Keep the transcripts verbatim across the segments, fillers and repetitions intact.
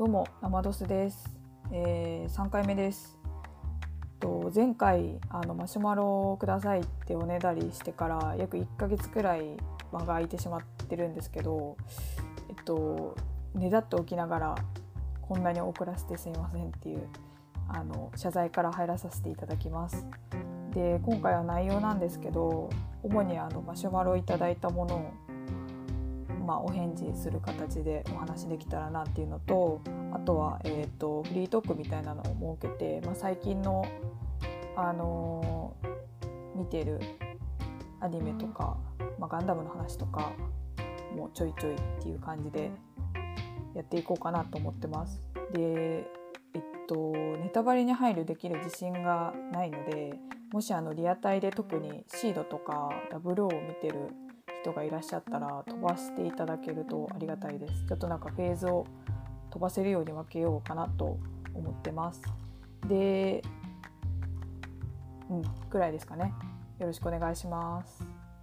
どうも生ドスです、えー、さんかいめです。と前回あのマシュマロをくださいっておねだりしてから約いっかげつくらい間が空いてしまってるんですけど、えっとねだっておきながらこんなに遅らせてすいませんっていうあの謝罪から入らさせていただきます。で今回は内容なんですけど、主にあのマシュマロをいただいたものをまあ、お返事する形でお話できたらなっていうのと、あとは、えーと、フリートークみたいなのを設けて、まあ、最近の、あのー、見てるアニメとか、まあ、ガンダムの話とかもちょいちょいっていう感じでやっていこうかなと思ってます。で、えっと、ネタバレに配慮できる自信がないので、もしあのリアタイで特にシードとかダブルオーを見てる人がいらっしゃったら飛ばしていただけるとありがたいです。ちょっとなんかフェーズを飛ばせるように分けようかなと思ってます。で、うん、くらいですかね。よろしくお願いします。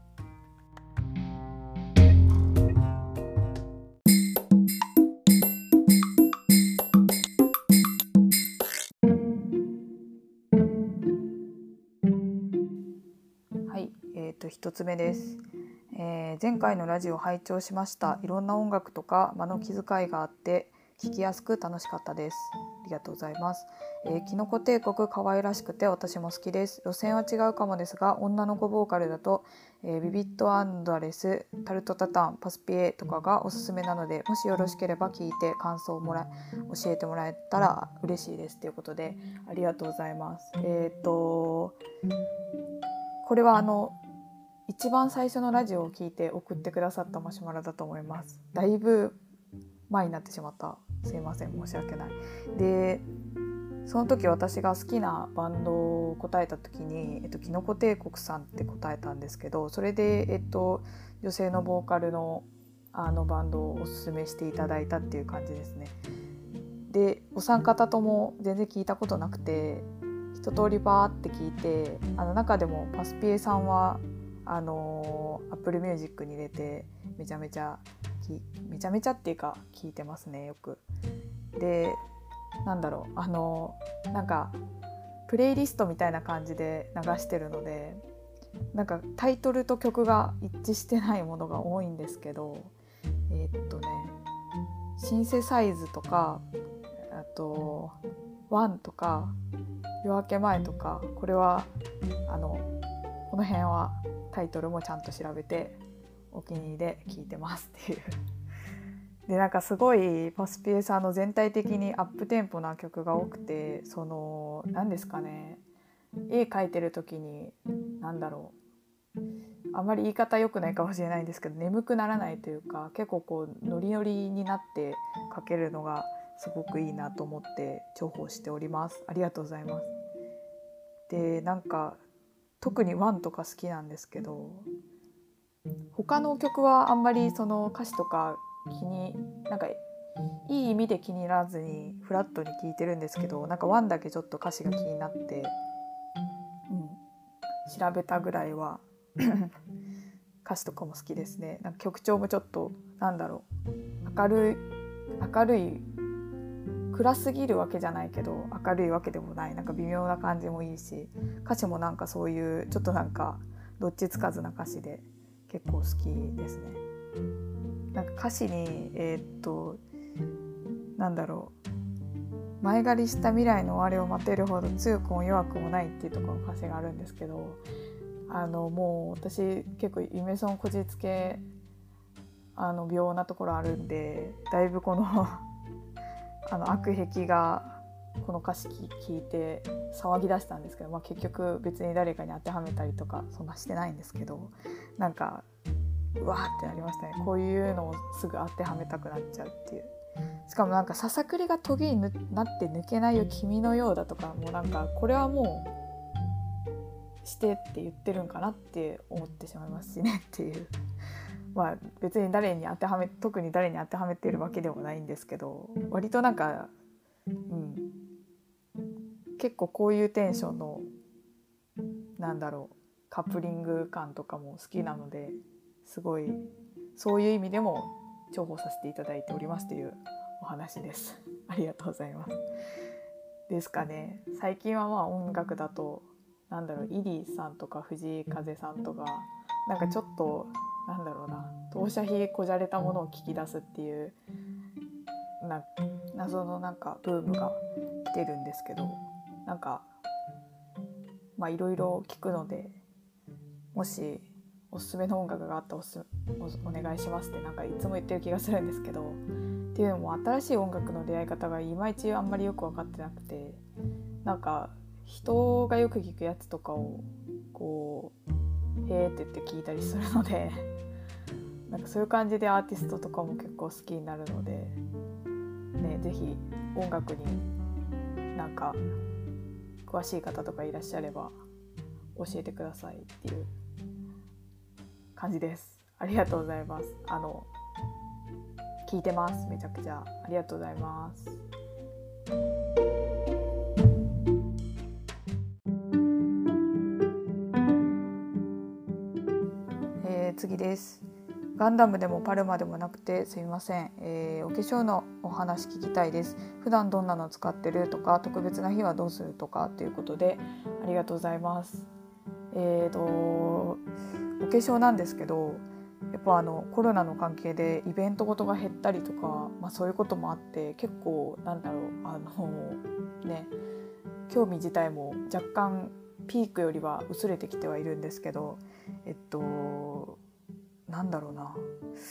はい、えーと、ひとつめです。えー、前回のラジオ拝聴しました。いろんな音楽とか間の気遣いがあって聞きやすく楽しかったです。ありがとうございます。えー、キノコ帝国可愛らしくて私も好きです。路線は違うかもですが、女の子ボーカルだと、えー、ビビットアンドレス、タルトタタン、パスピエとかがおすすめなので、もしよろしければ聞いて感想をもら教えてもらえたら嬉しいですということで、ありがとうございます。えっとこれはあの一番最初のラジオを聞いて送ってくださったマシュマロだと思います。だいぶ前になってしまった。すいません、申し訳ない。で、その時私が好きなバンドを答えた時に、えっと、キノコ帝国さんって答えたんですけど、それで、えっと、女性のボーカルのあのバンドをおすすめしていただいたっていう感じですね。で、お三方とも全然聞いたことなくて、一通りバーって聞いて、あの中でもパスピエさんはあの Apple Music に入れてめちゃめちゃめちゃめちゃっていうか聞いてますね、よく。で、なんだろう、あのなんかプレイリストみたいな感じで流してるので、なんかタイトルと曲が一致してないものが多いんですけど、えー、っとねシンセサイズとか、あとワンとか夜明け前とか、これはあのこの辺はタイトルもちゃんと調べてお気に入りで聴いてますっていうで、なんかすごいパスピエさんの全体的にアップテンポな曲が多くて、その何ですかね、絵描いてる時に何だろう、あんまり言い方良くないかもしれないんですけど、眠くならないというか、結構こうノリノリになって描けるのがすごくいいなと思って重宝しております。ありがとうございます。で、なんか特にワンとか好きなんですけど、他の曲はあんまりその歌詞とか気になんかいい意味で気にならずにフラットに聴いてるんですけど、なんかワンだけちょっと歌詞が気になって、うん、調べたぐらいは歌詞とかも好きですね。なんか曲調もちょっとなんだろう、明るい明るい暗すぎるわけじゃないけど明るいわけでもない、なんか微妙な感じもいいし、歌詞もなんかそういうちょっとなんかどっちつかずな歌詞で結構好きですね。なんか歌詞にえー、っとなんだろう、前借りした未来の終わりを待てるほど強くも弱くもないっていうところの歌詞があるんですけど、あのもう私結構夢損こじつけあの病なところあるんで、だいぶこのあの悪癖がこの歌詞聞いて騒ぎ出したんですけど、まあ、結局別に誰かに当てはめたりとかそんなしてないんですけど、なんかうわーってなりましたね。こういうのをすぐ当てはめたくなっちゃうっていう。しかもなんかささくれが途切りになって抜けないよ君のようだとか、もうなんかこれはもうしてって言ってるんかなって思ってしまいますしねっていう。まあ別に誰に当てはめ特に誰に当てはめているわけでもないんですけど、割となんか、うん、結構こういうテンションのなんだろうカップリング感とかも好きなので、すごいそういう意味でも重宝させていただいておりますというお話です。ありがとうございます。ですかね。最近はまあ音楽だとなんだろう、イリーさんとか藤井風さんとか、なんかちょっとなんだろうな、当社費こじゃれたものを聞き出すっていうな謎のなんかブームが来てるんですけど、なんかまあいろいろ聞くので、もしおすすめの音楽があったら お, す お, お願いしますってなんかいつも言ってる気がするんですけど、っていうのも新しい音楽の出会い方がいまいちあんまりよく分かってなくて、なんか人がよく聞くやつとかをこうへーって言って聞いたりするのでなんかそういう感じでアーティストとかも結構好きになるので、ね、ぜひ音楽になんか詳しい方とかいらっしゃれば教えてくださいっていう感じです。ありがとうございます。あの聞いてます。めちゃくちゃありがとうございます。えー、次です。ガンダムでもパルマでもなくてすみません、えー、お化粧のお話聞きたいです。普段どんなの使ってるとか、特別な日はどうするとかということでありがとうございます。えーとお化粧なんですけど、やっぱあのコロナの関係でイベントごとが減ったりとか、まあ、そういうこともあって結構なんだろうあのね興味自体も若干ピークよりは薄れてきてはいるんですけど、えっとなんだろうな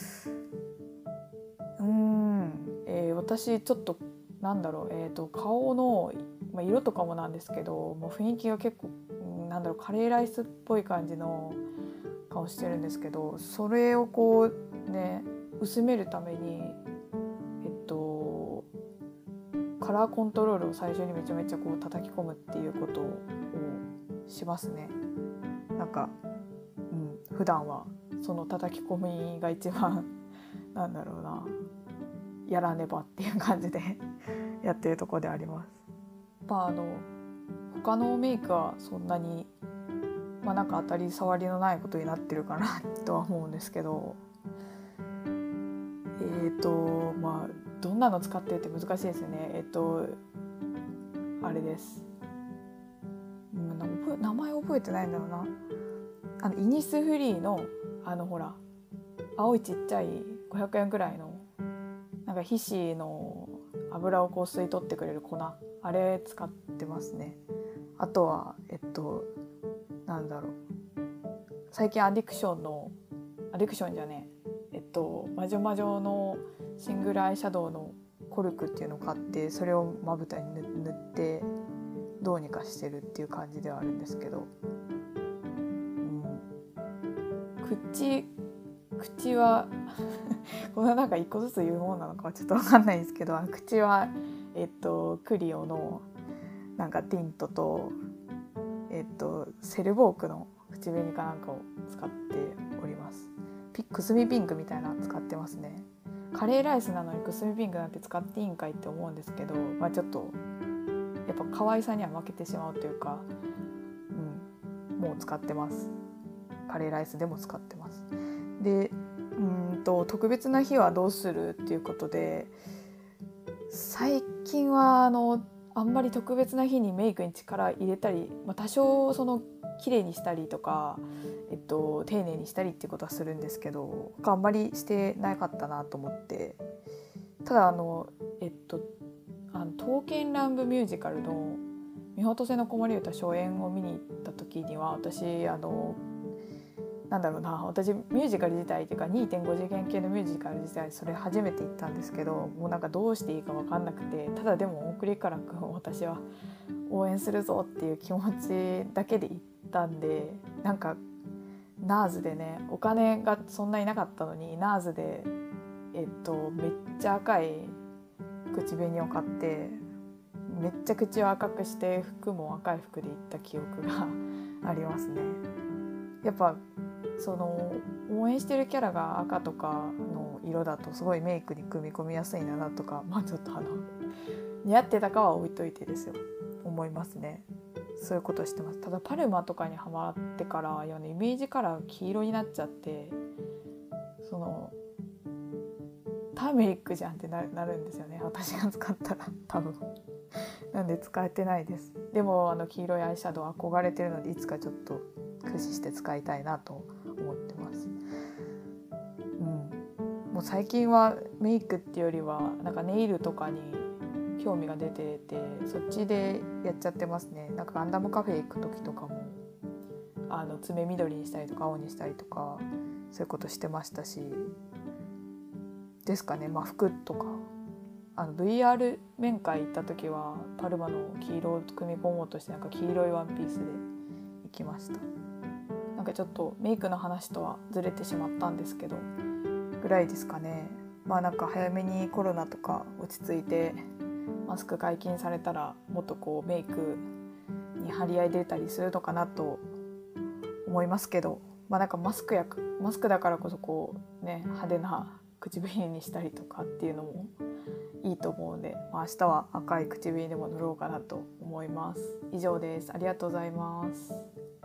うーん、えー、私ちょっとなんだろう、えーと顔の、まあ、色とかもなんですけど、もう雰囲気が結構なんだろうカレーライスっぽい感じの顔してるんですけど、それをこうね薄めるためにえっとカラーコントロールを最初にめちゃめちゃこう叩き込むっていうことをしますね。なんか、うん、普段はその叩き込みが一番なんだろうな、やらねばっていう感じでやってるところであります。まああの他のメイクはそんなにまあなんか当たり障りのないことになってるかなとは思うんですけど、えっとまあどんなの使ってるって難しいですよね。えっとあれです、うん、名前覚えてないんだろうな。あのイニスフリーのあのほら青いちっちゃいごひゃくえんくらいのなんか皮脂の油をこう吸い取ってくれる粉、あれ使ってますね。あとはえっとなんだろう、最近アディクションのアディクションじゃねええっと魔女魔女のシングルアイシャドウのコルクっていうのを買って、それをまぶたに塗ってどうにかしてるっていう感じではあるんですけど、うん、口口はこのなんか一個ずつ言うものなのかはちょっと分かんないんですけど、口はえっとクリオのなんかティントとえっとセルボークの口紅かなんかを使っております。ピくすみピンクみたいなの使ってますね。カレーライスなのにくすみピンクなんて使っていいんかいって思うんですけど、まあ、ちょっとやっぱ可愛さには負けてしまうというか、うん、もう使ってます。カレーライスでも使ってます。でうんと特別な日はどうするっていうことで、最近はあのあんまり特別な日にメイクに力入れたり、まあ、多少その綺麗にしたりとか、えっと、丁寧にしたりっていうことはするんですけど、あんまりしてなかったなと思って。ただあのえっとあの刀剣乱舞ミュージカルの御仏の子守歌初演を見に行った時には、私あのなんだろうな、私ミュージカル自体っていうか にてんご 次元系のミュージカル自体それ初めて行ったんですけど、もうなんかどうしていいか分かんなくて、ただでもオークリカラ君を私は応援するぞっていう気持ちだけで行ったんで、なんかナーズでね、お金がそんなになかったのにナーズでえっとめっちゃ赤い口紅を買ってめっちゃ口を赤くして服も赤い服で行った記憶がありますね。やっぱその応援してるキャラが赤とかの色だとすごいメイクに組み込みやすいなとか、まあちょっとあの似合ってたかは置いといてですよ、思いますね。そういうことしてます。ただパルマとかにハマってからや、ね、イメージカラー黄色になっちゃって、そのメイクじゃんって な, なるんですよね、私が使ったら多分なんで使えてないです。でもあの黄色いアイシャドウ憧れてるので、いつかちょっと駆使して使いたいなと思ってます。うん、もう最近はメイクっていうよりはなんかネイルとかに興味が出てて、そっちでやっちゃってますね。なんかガンダムカフェ行く時とかもあの爪緑にしたりとか青にしたりとかそういうことしてましたしですかね。まあ服とかあの ブイアール 面会行った時はパルマの黄色を組み込もうとしてなんか黄色いワンピースで行きました。なんかちょっとメイクの話とはずれてしまったんですけどぐらいですかね。まあなんか早めにコロナとか落ち着いてマスク解禁されたらもっとこうメイクに張り合い出たりするのかなと思いますけど、まあなんかマスクやマスクだからこそこうね派手な唇にしたりとかっていうのもいいと思うので、まあ、明日は赤い唇でも塗ろうかなと思います。以上です。ありがとうございます。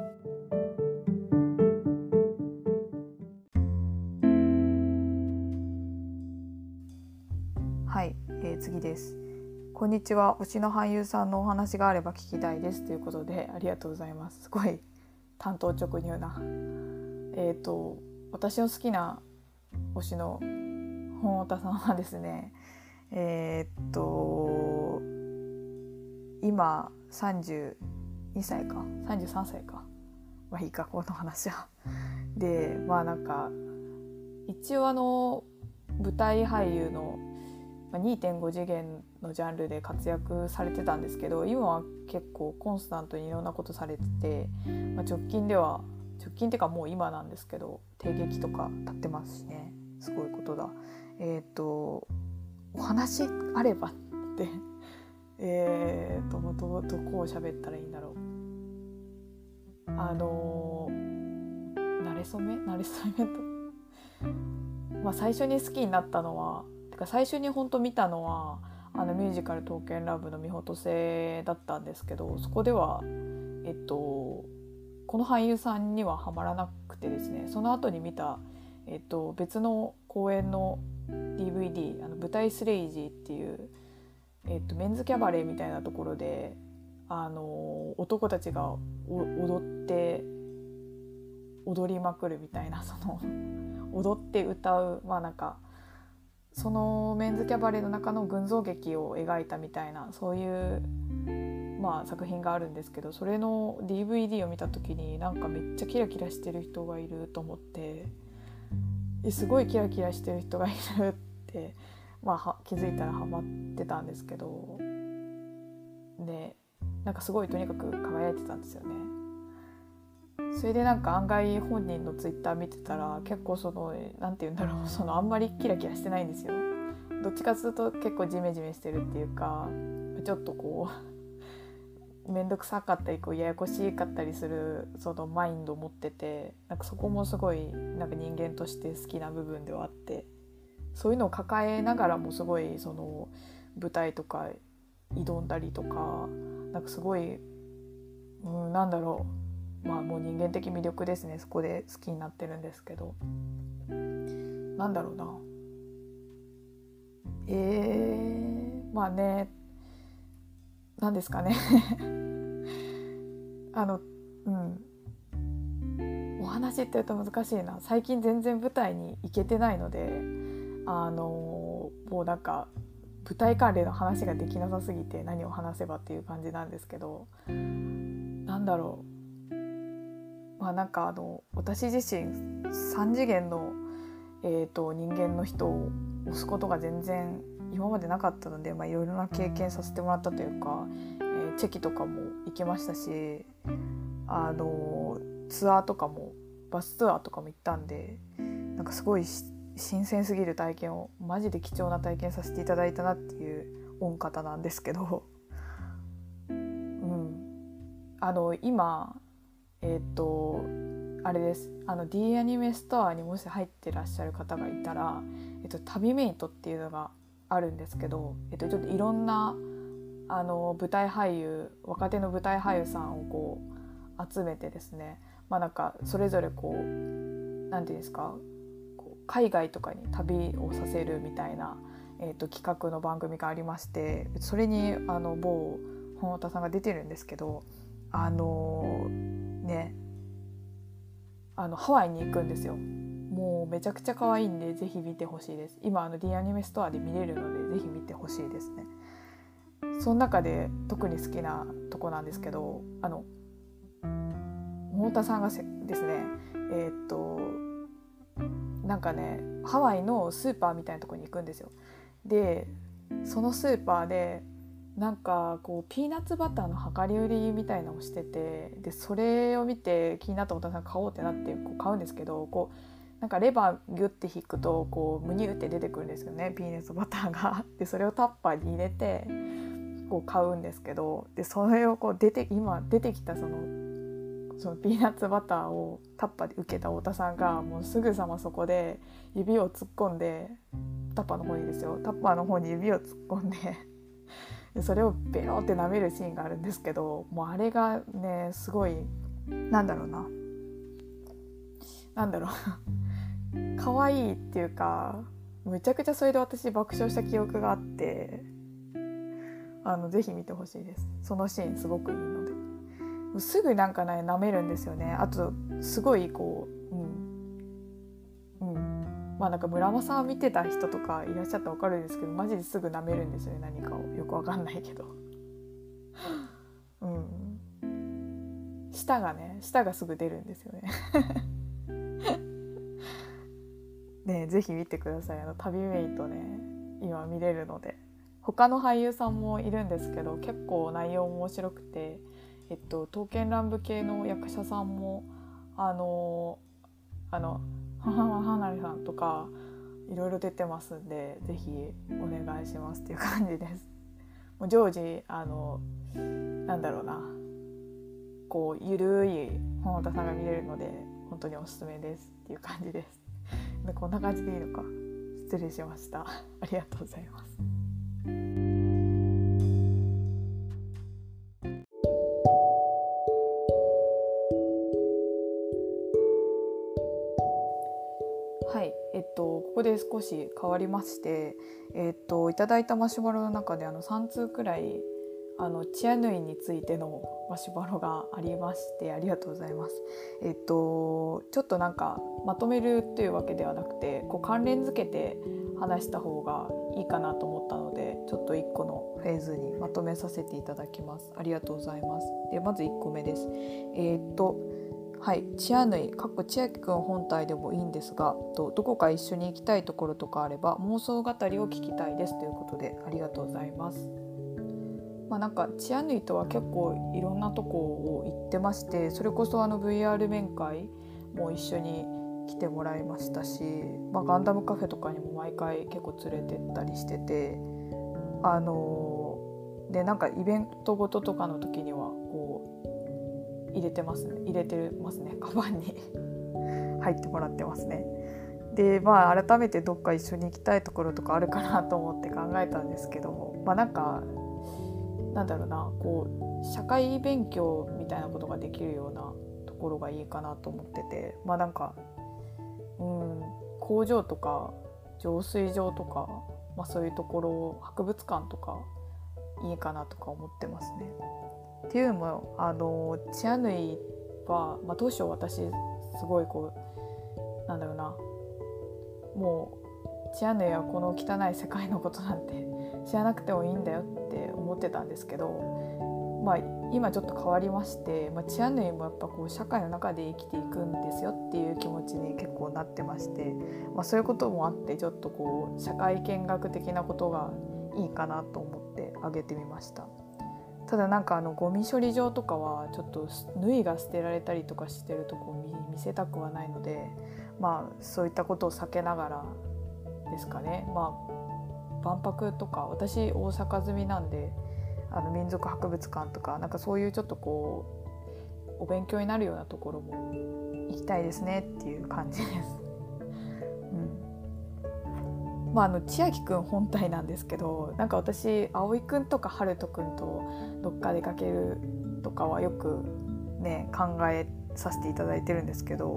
はい、えー、次です。こんにちは。推しの俳優さんのお話があれば聞きたいですということでありがとうございます。すごい単刀直入な。えっと私の好きな推しの本太さんはですね、えー、っと今さんじゅうにさいかさんじゅうさんさいか、まあいいかこの話はで、まあなんか一応あの舞台俳優の にてんご 次元のジャンルで活躍されてたんですけど、今は結構コンスタントにいろんなことされてて、まあ、直近では直近っていうかもう今なんですけど帝劇とか立ってますしね、すごいことだ。えっとお話あればってえーとど, どこを喋ったらいいんだろう。あの慣れ初め慣れ初めと、まあ、最初に好きになったのはてか最初に本当見たのはあのミュージカル刀剣乱舞の御事製だったんですけど、そこではえっとこの俳優さんにはハマらなくてですね、その後に見た、えっと、別の公演の ディーブイディー あの舞台スレイジーっていう、えっと、メンズキャバレーみたいなところであの男たちが踊って踊りまくるみたいな、その踊って歌う、まあなんかそのメンズキャバレーの中の群像劇を描いたみたいなそういうまあ作品があるんですけど、それの ディーブイディー を見た時になんかめっちゃキラキラしてる人がいると思って、すごいキラキラしてる人がいるって、まあ、気づいたらハマってたんですけど、でなんかすごいとにかく輝いてたんですよね。それでなんか案外本人のツイッター見てたら結構そのなんて言うんだろう、そのあんまりキラキラしてないんですよ。どっちかというと結構ジメジメしてるっていうか、ちょっとこうめんどくさかったりこうややこしかったりするそのマインドを持ってて、なんかそこもすごいなんか人間として好きな部分ではあって、そういうのを抱えながらもすごいその舞台とか挑んだりとか、なんかすごい、うん、なんだろう、まあもう人間的魅力ですね。そこで好きになってるんですけど、なんだろうな、えー、まあね、なんですかねあのうんお話って言うと難しいな。最近全然舞台に行けてないので、あのもうなんか舞台関連の話ができなさすぎて何を話せばっていう感じなんですけど、なんだろう、まあなんかあの私自身さん次元の、えー、と人間の人を推すことが全然今までなかったので、まあ、いろいろな経験させてもらったというか、えー、チェキとかも行きましたし、あのツアーとかもバスツアーとかも行ったんで、なんかすごい新鮮すぎる体験をマジで貴重な体験させていただいたなっていう御方なんですけど、うん、あの今えっとあれです、あの D アニメストアにもし入ってらっしゃる方がいたら、えっと、旅メイトっていうのがあるんですけど、えっと、ちょっといろんなあの舞台俳優若手の舞台俳優さんをこう集めてですね、まあなんかそれぞれこうなんていうんですか、こ海外とかに旅をさせるみたいな、えー、と企画の番組がありまして、それにあの某本太さんが出てるんですけど、あのー、ねあのハワイに行くんですよ。もうめちゃくちゃ可愛いんでぜひ見てほしいです。今あの D アニメストアで見れるのでぜひ見てほしいですね。その中で特に好きなとこなんですけど、あの本田さんがですね、えー、っとなんかねハワイのスーパーみたいなところに行くんですよ。でそのスーパーでなんかこうピーナッツバターの量り売りみたいなのをしてて、でそれを見て気になった本田さん買おうってなってこう買うんですけど、こうなんかレバーギュッて引くとこうムニューって出てくるんですよね、ピーナッツバターが。でそれをタッパーに入れてこう買うんですけど、でそれをこう出て今出てきたそのそのピーナッツバターをタッパーで受けた太田さんがもうすぐさまそこで指を突っ込んで、タッパーの方にですよ、タッパーの方に指を突っ込んででそれをベロって舐めるシーンがあるんですけど、もうあれがねすごいなんだろうななんだろう可愛いっていうか、めちゃくちゃそれで私爆笑した記憶があって、あのぜひ見てほしいです。そのシーンすごくいいので。すぐなんかね舐めるんですよね。あとすごいこううんうんまあなんか村間さん見てた人とかいらっしゃったら分かるんですけど、マジですぐ舐めるんですよね、何かを。よく分かんないけどうん舌がね舌がすぐ出るんですよねねえぜひ見てください。あの旅メイトね今見れるので。他の俳優さんもいるんですけど結構内容面白くて、えっと、刀剣乱舞系の役者さんもあのあの母はなりさんとかいろいろ出てますんで、ぜひお願いしますっていう感じです。もう常時あのなんだろうなこうゆるい本田さんが見れるので本当におすすめですっていう感じです。でこんな感じでいいのか、失礼しました。ありがとうございます。はい、えっとここで少し変わりまして、えっといただいたマシュマロの中であのさん通くらいあのチアヌイについてのマシュマロがありまして、ありがとうございます。えっとちょっとなんかまとめるというわけではなくて、こう関連付けて話した方がいいかなと思ったので、ちょっといっこのフェーズにまとめさせていただきます。ありがとうございます。でまずいっこめです。えっとはい、チアヌイかっこ千秋くん本体でもいいんですが、どこか一緒に行きたいところとかあれば妄想語りを聞きたいですということで、ありがとうございます。まあ、なんかチアヌイとは結構いろんなとこを行ってまして、それこそあの ブイアール 面会も一緒に来てもらいましたし、まあ、ガンダムカフェとかにも毎回結構連れてったりしてて、あのー、でなんかイベントごととかの時にはこう入れてますね入れてますねカバンに入ってもらってますね。でまあ改めてどっか一緒に行きたいところとかあるかなと思って考えたんですけど、まあなんかなんだろうなこう社会勉強みたいなことができるようなところがいいかなと思ってて、まあなんかうん工場とか浄水場とか、まあ、そういうところ博物館とかいいかなとか思ってますね。っていうのもあのチアヌイは、まあ、当初私すごいこうなんだろうなもうチアヌイはこの汚い世界のことなんて知らなくてもいいんだよって思ってたんですけど、まあ、今ちょっと変わりまして、まあ、チアヌイもやっぱこう社会の中で生きていくんですよっていう気持ちに結構なってまして、まあ、そういうこともあってちょっとこう社会見学的なことがいいかなと思ってあげてみました。ただなんかあのゴミ処理場とかはちょっと縫いが捨てられたりとかしてるとこを 見, 見せたくはないので、まあそういったことを避けながらですかね。まあ万博とか私大阪住みなんであの民族博物館とかなんかそういうちょっとこうお勉強になるようなところも行きたいですねっていう感じです。まあ、あの千秋くん本体なんですけど、なんか私葵くんとか春人くんとどっか出かけるとかはよくね考えさせていただいてるんですけど、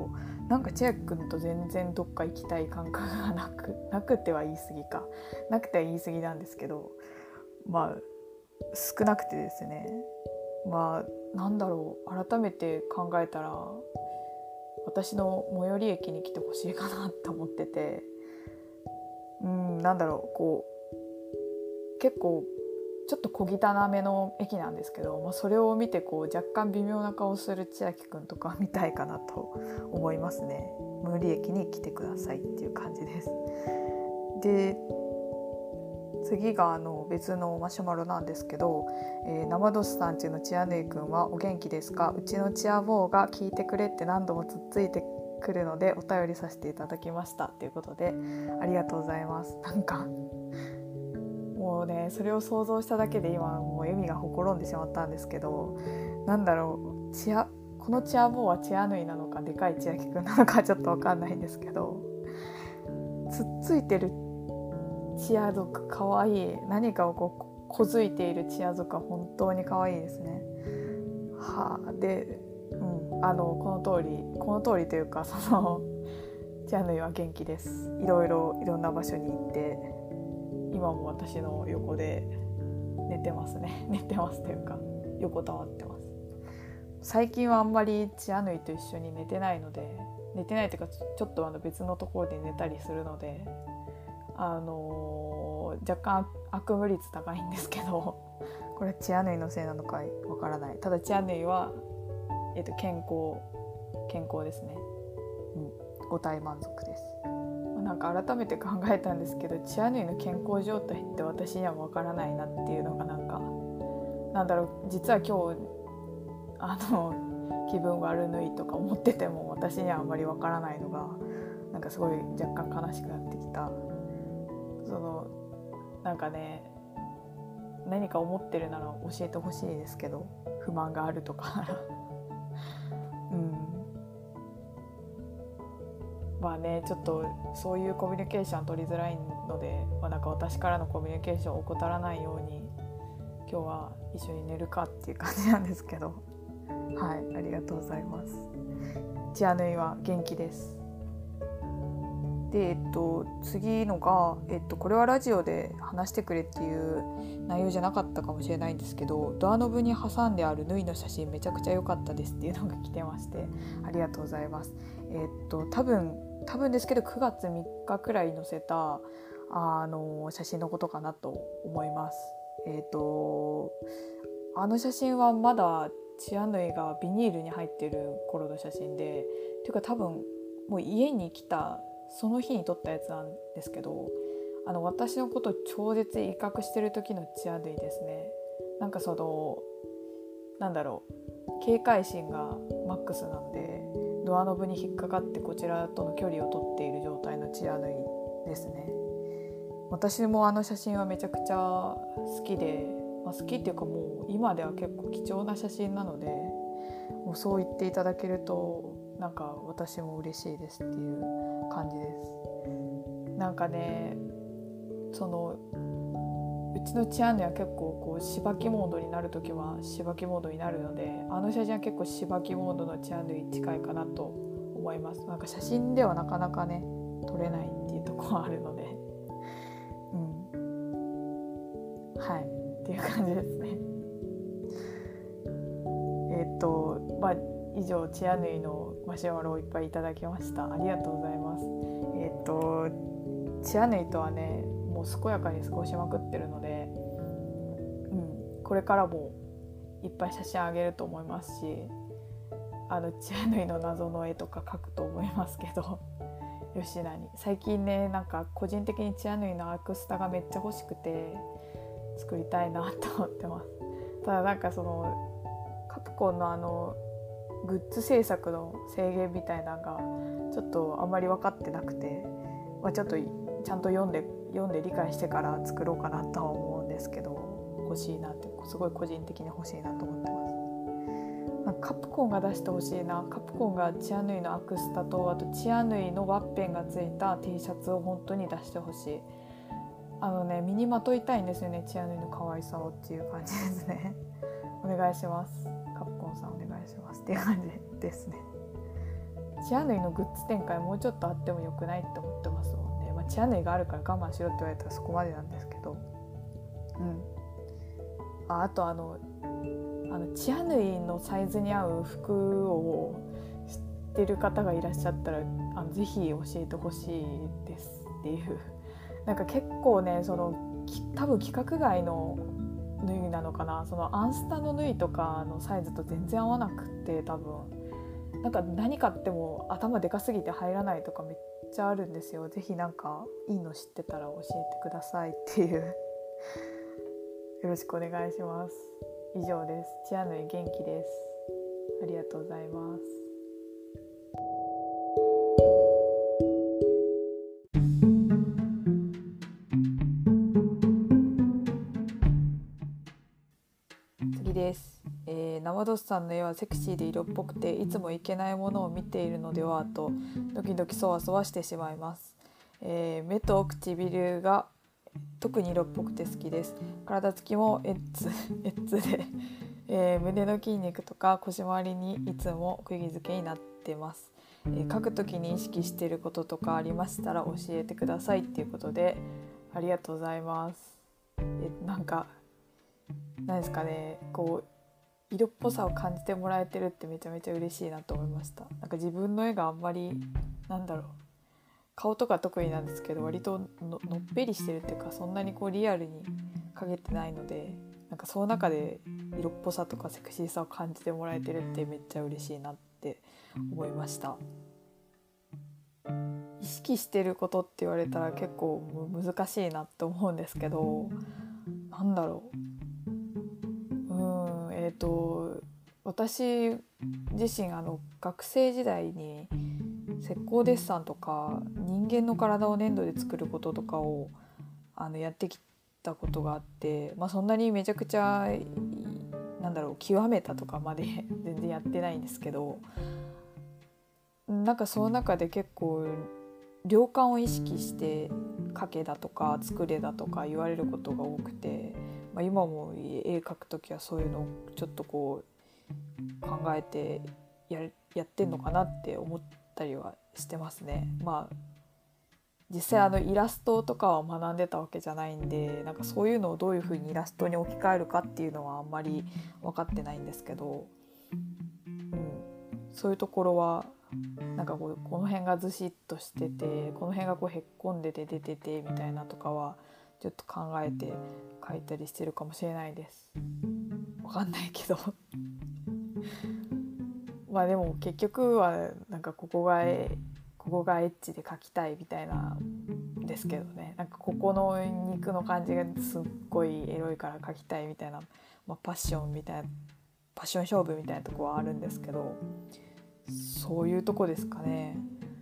なんか千秋くんと全然どっか行きたい感覚がなくなくては言い過ぎかなくては言い過ぎなんですけど、まあ少なくてですね、まあなんだろう、改めて考えたら私の最寄り駅に来てほしいかなって思ってて、うん、なんだろう、こう結構ちょっと小汚めの駅なんですけど、まあ、それを見てこう若干微妙な顔する千秋くんとか見たいかなと思いますね。最寄り駅に来てくださいっていう感じです。で次があの別のマシュマロなんですけど、えー、生ドスさんちのチアヌイくんはお元気ですか？うちのチアボーが聞いてくれって何度もつっついてくるのでお便りさせていただきましたということで、ありがとうございます。なんかもうね、それを想像しただけで今もう笑みがほころんでしまったんですけど、なんだろう、チアこのチアボーはチアヌイなのかでかい千秋くんなのかちょっと分かんないんですけど、つっついてるチア族かわいい。何かをこうこづいているチア族は本当にかわいいですね。はあ、で、うん、あのこの通りこの通りというか、そのチアヌイは元気です。いろいろいろんな場所に行って今も私の横で寝てますね寝てますというか横たわってます。最近はあんまりチアヌイと一緒に寝てないので、寝てないというかちょっとあの別のところで寝たりするので、あのー、若干悪夢率高いんですけどこれはチアヌイのせいなのかわからない。ただチアヌイは、えーと、健康健康ですね、うん、ご体満足です。なんか改めて考えたんですけど、チアヌイの健康状態って私にはわからないなっていうのがなんかなんだろう、実は今日あの気分悪ぬいとか思ってても私にはあんまりわからないのがなんかすごい若干悲しくなってきた。そのなんかね、何か思ってるなら教えてほしいですけど、不満があるとかならうんまあね、ちょっとそういうコミュニケーション取りづらいので、まあ、なんか私からのコミュニケーションを怠らないように今日は一緒に寝るかっていう感じなんですけど、はい、ありがとうございます。チアヌイは元気です。で、えっと、次のが、えっと、これはラジオで話してくれっていう内容じゃなかったかもしれないんですけど、ドアノブに挟んである縫いの写真めちゃくちゃ良かったですっていうのが来てまして、ありがとうございます。えっと、多分多分ですけどくがつみっかくらい載せたあの写真のことかなと思います。えっとあの写真はまだチアヌイがビニールに入ってる頃の写真で、というか多分もう家に来たその日に撮ったやつなんですけど、あの私のことを超絶威嚇してる時のチアヌイですね。なんかそのなんだろう、警戒心がマックスなのでドアノブに引っかかってこちらとの距離を取っている状態のチアヌイですね。私もあの写真はめちゃくちゃ好きで、まあ、好きっていうかもう今では結構貴重な写真なので、もうそう言っていただけるとなんか私も嬉しいですっていう感じです。なんかね、そのうちのチアヌイは結構こうしばきモードになるときはしばきモードになるので、あの写真は結構しばきモードのチアヌイ近いかなと思います。なんか写真ではなかなかね撮れないっていうところはあるので、うん、はいっていう感じですね。えっとまあ以上チアヌイのマシュマロをいっぱいいただきました。ありがとうございます。えっとチアヌイとはねもう健やかに過ごしまくってるので、うん、これからもいっぱい写真あげると思いますし、あのチアヌイの謎の絵とか描くと思いますけど吉田に最近ね、なんか個人的にチアヌイのアクスタがめっちゃ欲しくて作りたいなと思ってます。ただなんかそのカプコンのあのグッズ制作の制限みたいなのがちょっとあんまり分かってなくて、まあ、ちょっとちゃんと読んで読んで理解してから作ろうかなとは思うんですけど、欲しいなってすごい個人的に欲しいなと思ってます。なんかカプコンが出してほしいな。カプコンがチアヌイのアクスタとあとチアヌイのワッペンがついた T シャツを本当に出してほしい。あのね身にまといたいんですよね、チアヌイの可愛さをっていう感じですねお願いします、カプコンさんお願いしますっていう感じですね。 チアヌイのグッズ展開もうちょっとあってもよくないって思ってますもんね。まあ、チアヌイがあるから我慢しろって言われたらそこまでなんですけど、うん、あ, あとあのあのチアヌイのサイズに合う服を知ってる方がいらっしゃったらあのぜひ教えてほしいですっていう。なんか結構ねその多分規格外の縫いなのかな、そのアンスタの縫いとかのサイズと全然合わなくて、多分なんか何買っても頭でかすぎて入らないとかめっちゃあるんですよ。ぜひなんかいいの知ってたら教えてくださいっていうよろしくお願いします。以上です。チアヌイ元気です。ありがとうございます。次です。えー、生ドスさんの絵はセクシーで色っぽくていつもいけないものを見ているのではとドキドキそわそわしてしまいます。えー、目と唇が特に色っぽくて好きです。体つきもエッツエッツで、えー、胸の筋肉とか腰回りにいつも釘付けになってます。えー、描くときに意識していることとかありましたら教えてくださいっていうことでありがとうございます。えなんか何ですかね、こう色っぽさを感じてもらえてるってめちゃめちゃ嬉しいなと思いました。なんか自分の絵があんまりなんだろう、顔とか特になんですけど割と の, のっぺりしてるっていうか、そんなにこうリアルに描けてないので、なんかその中で色っぽさとかセクシーさを感じてもらえてるってめっちゃ嬉しいなって思いました。意識してることって言われたら結構難しいなって思うんですけど、なんだろう、うーんえっと私自身あの学生時代に石膏デッサンとか人間の体を粘土で作ることとかをあのやってきたことがあって、まあ、そんなにめちゃくちゃなんだろう極めたとかまで全然やってないんですけど、なんかその中で結構量感を意識して描けだとか作れだとか言われることが多くて、まあ、今も絵描くときはそういうのをちょっとこう考えて や, やってんのかなって思ったりはしてますね。まあ実際あのイラストとかは学んでたわけじゃないんで、なんかそういうのをどういう風にイラストに置き換えるかっていうのはあんまり分かってないんですけど、うん、そういうところはなんかこうこの辺がずしっとしててこの辺がこうへっこんでて出ててみたいなとかはちょっと考えて描いたりしてるかもしれないです。分かんないけどまあでも結局はなんかここがここがエッチで描きたいみたいなんですけどね、なんかここの肉の感じがすっごいエロいから描きたいみたいな、まあ、パッションみたいなパッション勝負みたいなとこはあるんですけど、そういうとこですかね。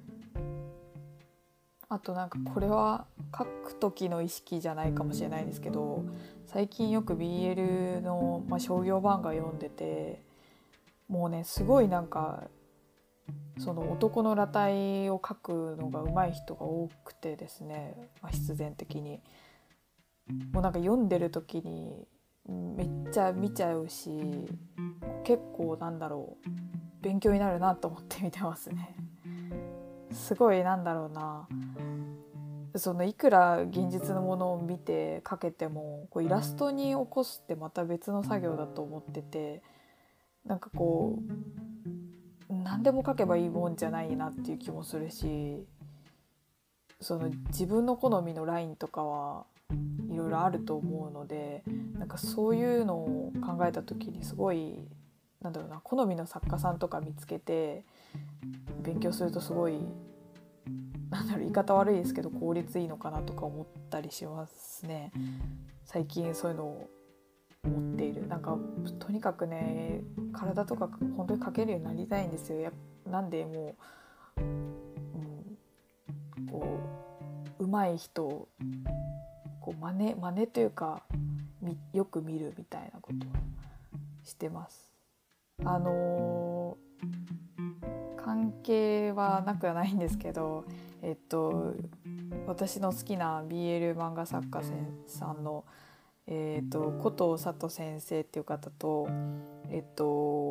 あとなんかこれは書く時の意識じゃないかもしれないですけど、最近よく ビーエル の、まあ、商業漫画読んでて、もうねすごいなんかその男の裸体を描くのが上手い人が多くてですね、まあ、必然的にもうなんか読んでる時にめっちゃ見ちゃうし、結構なんだろう勉強になるなと思って見てますね。すごいなんだろうな、そのいくら現実のものを見て描けてもこうイラストに起こすってまた別の作業だと思ってて、なんかこう何でも描けばいいもんじゃないなっていう気もするし、その自分の好みのラインとかはいろいろあると思うので、なんかそういうのを考えた時にすごいなんだろうな、好みの作家さんとか見つけて勉強するとすごいなんだろう、言い方悪いですけど効率いいのかなとか思ったりしますね。最近そういうのを思っている。なんかとにかくね体とか本当に描けるようになりたいんですよ。やなんでもう、うん、こう上手い人をこう真似真似というかよく見るみたいなことをしてます。あのー、関係はなくはないんですけど、えっと私の好きな ビーエル 漫画作家さんの、えっと、古藤佐藤先生っていう方と、えっと、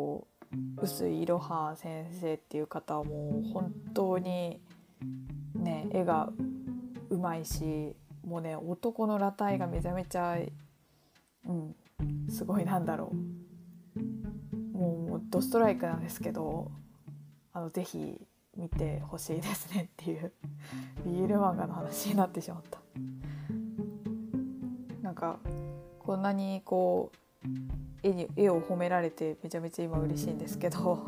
臼井いろは先生っていう方はもう本当にね絵がうまいし、もうね男の裸体がめちゃめちゃ、うん、すごいなんだろう、もうドストライクなんですけど、あのぜひ見てほしいですねっていうビール漫画の話になってしまった。なんかこんなにこう絵に絵を褒められてめちゃめちゃ今嬉しいんですけど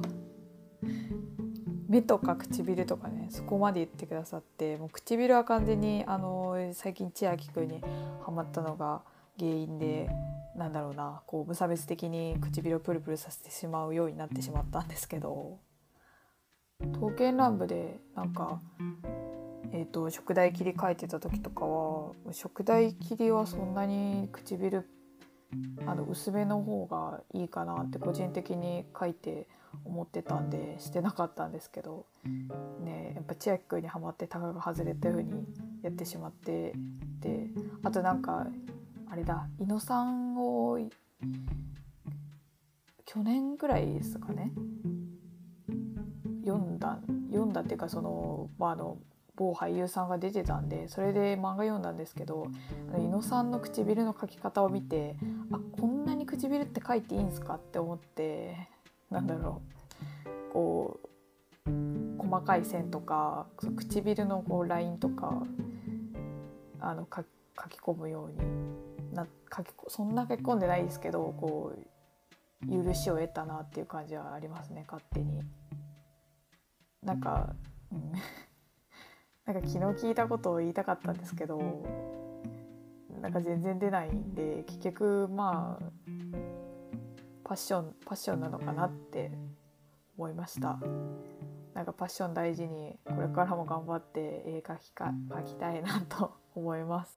目とか唇とかね、そこまで言ってくださって、もう唇は完全にあの最近千秋くんにハマったのが原因で、なんだろうな、こう無差別的に唇をプルプルさせてしまうようになってしまったんですけど、刀剣乱舞でなんかえーと食台切り書いてた時とかは、食台切りはそんなに唇あの薄めの方がいいかなって個人的に書いて思ってたんでしてなかったんですけどね、やっぱ千秋君にハマってタガが外れた風にやってしまって、であとなんかあれだ、伊野さんを去年ぐらいですかね読んだ読んだっていうか、その、まあ、あの某俳優さんが出てたんでそれで漫画読んだんですけど、伊野さんの唇の描き方を見て、あ、こんなに唇って描いていいんすかって思って、なんだろう、こう細かい線とか唇のこうラインとかあのか書き込むようにな書きそんな書き込んでないですけど、こう許しを得たなっていう感じはありますね、勝手に。なんか、うん、なんか昨日聞いたことを言いたかったんですけど、なんか全然出ないんで、結局まあパッションパッションなのかなって思いました。なんかパッション大事にこれからも頑張って絵描きか描きたいなと思います。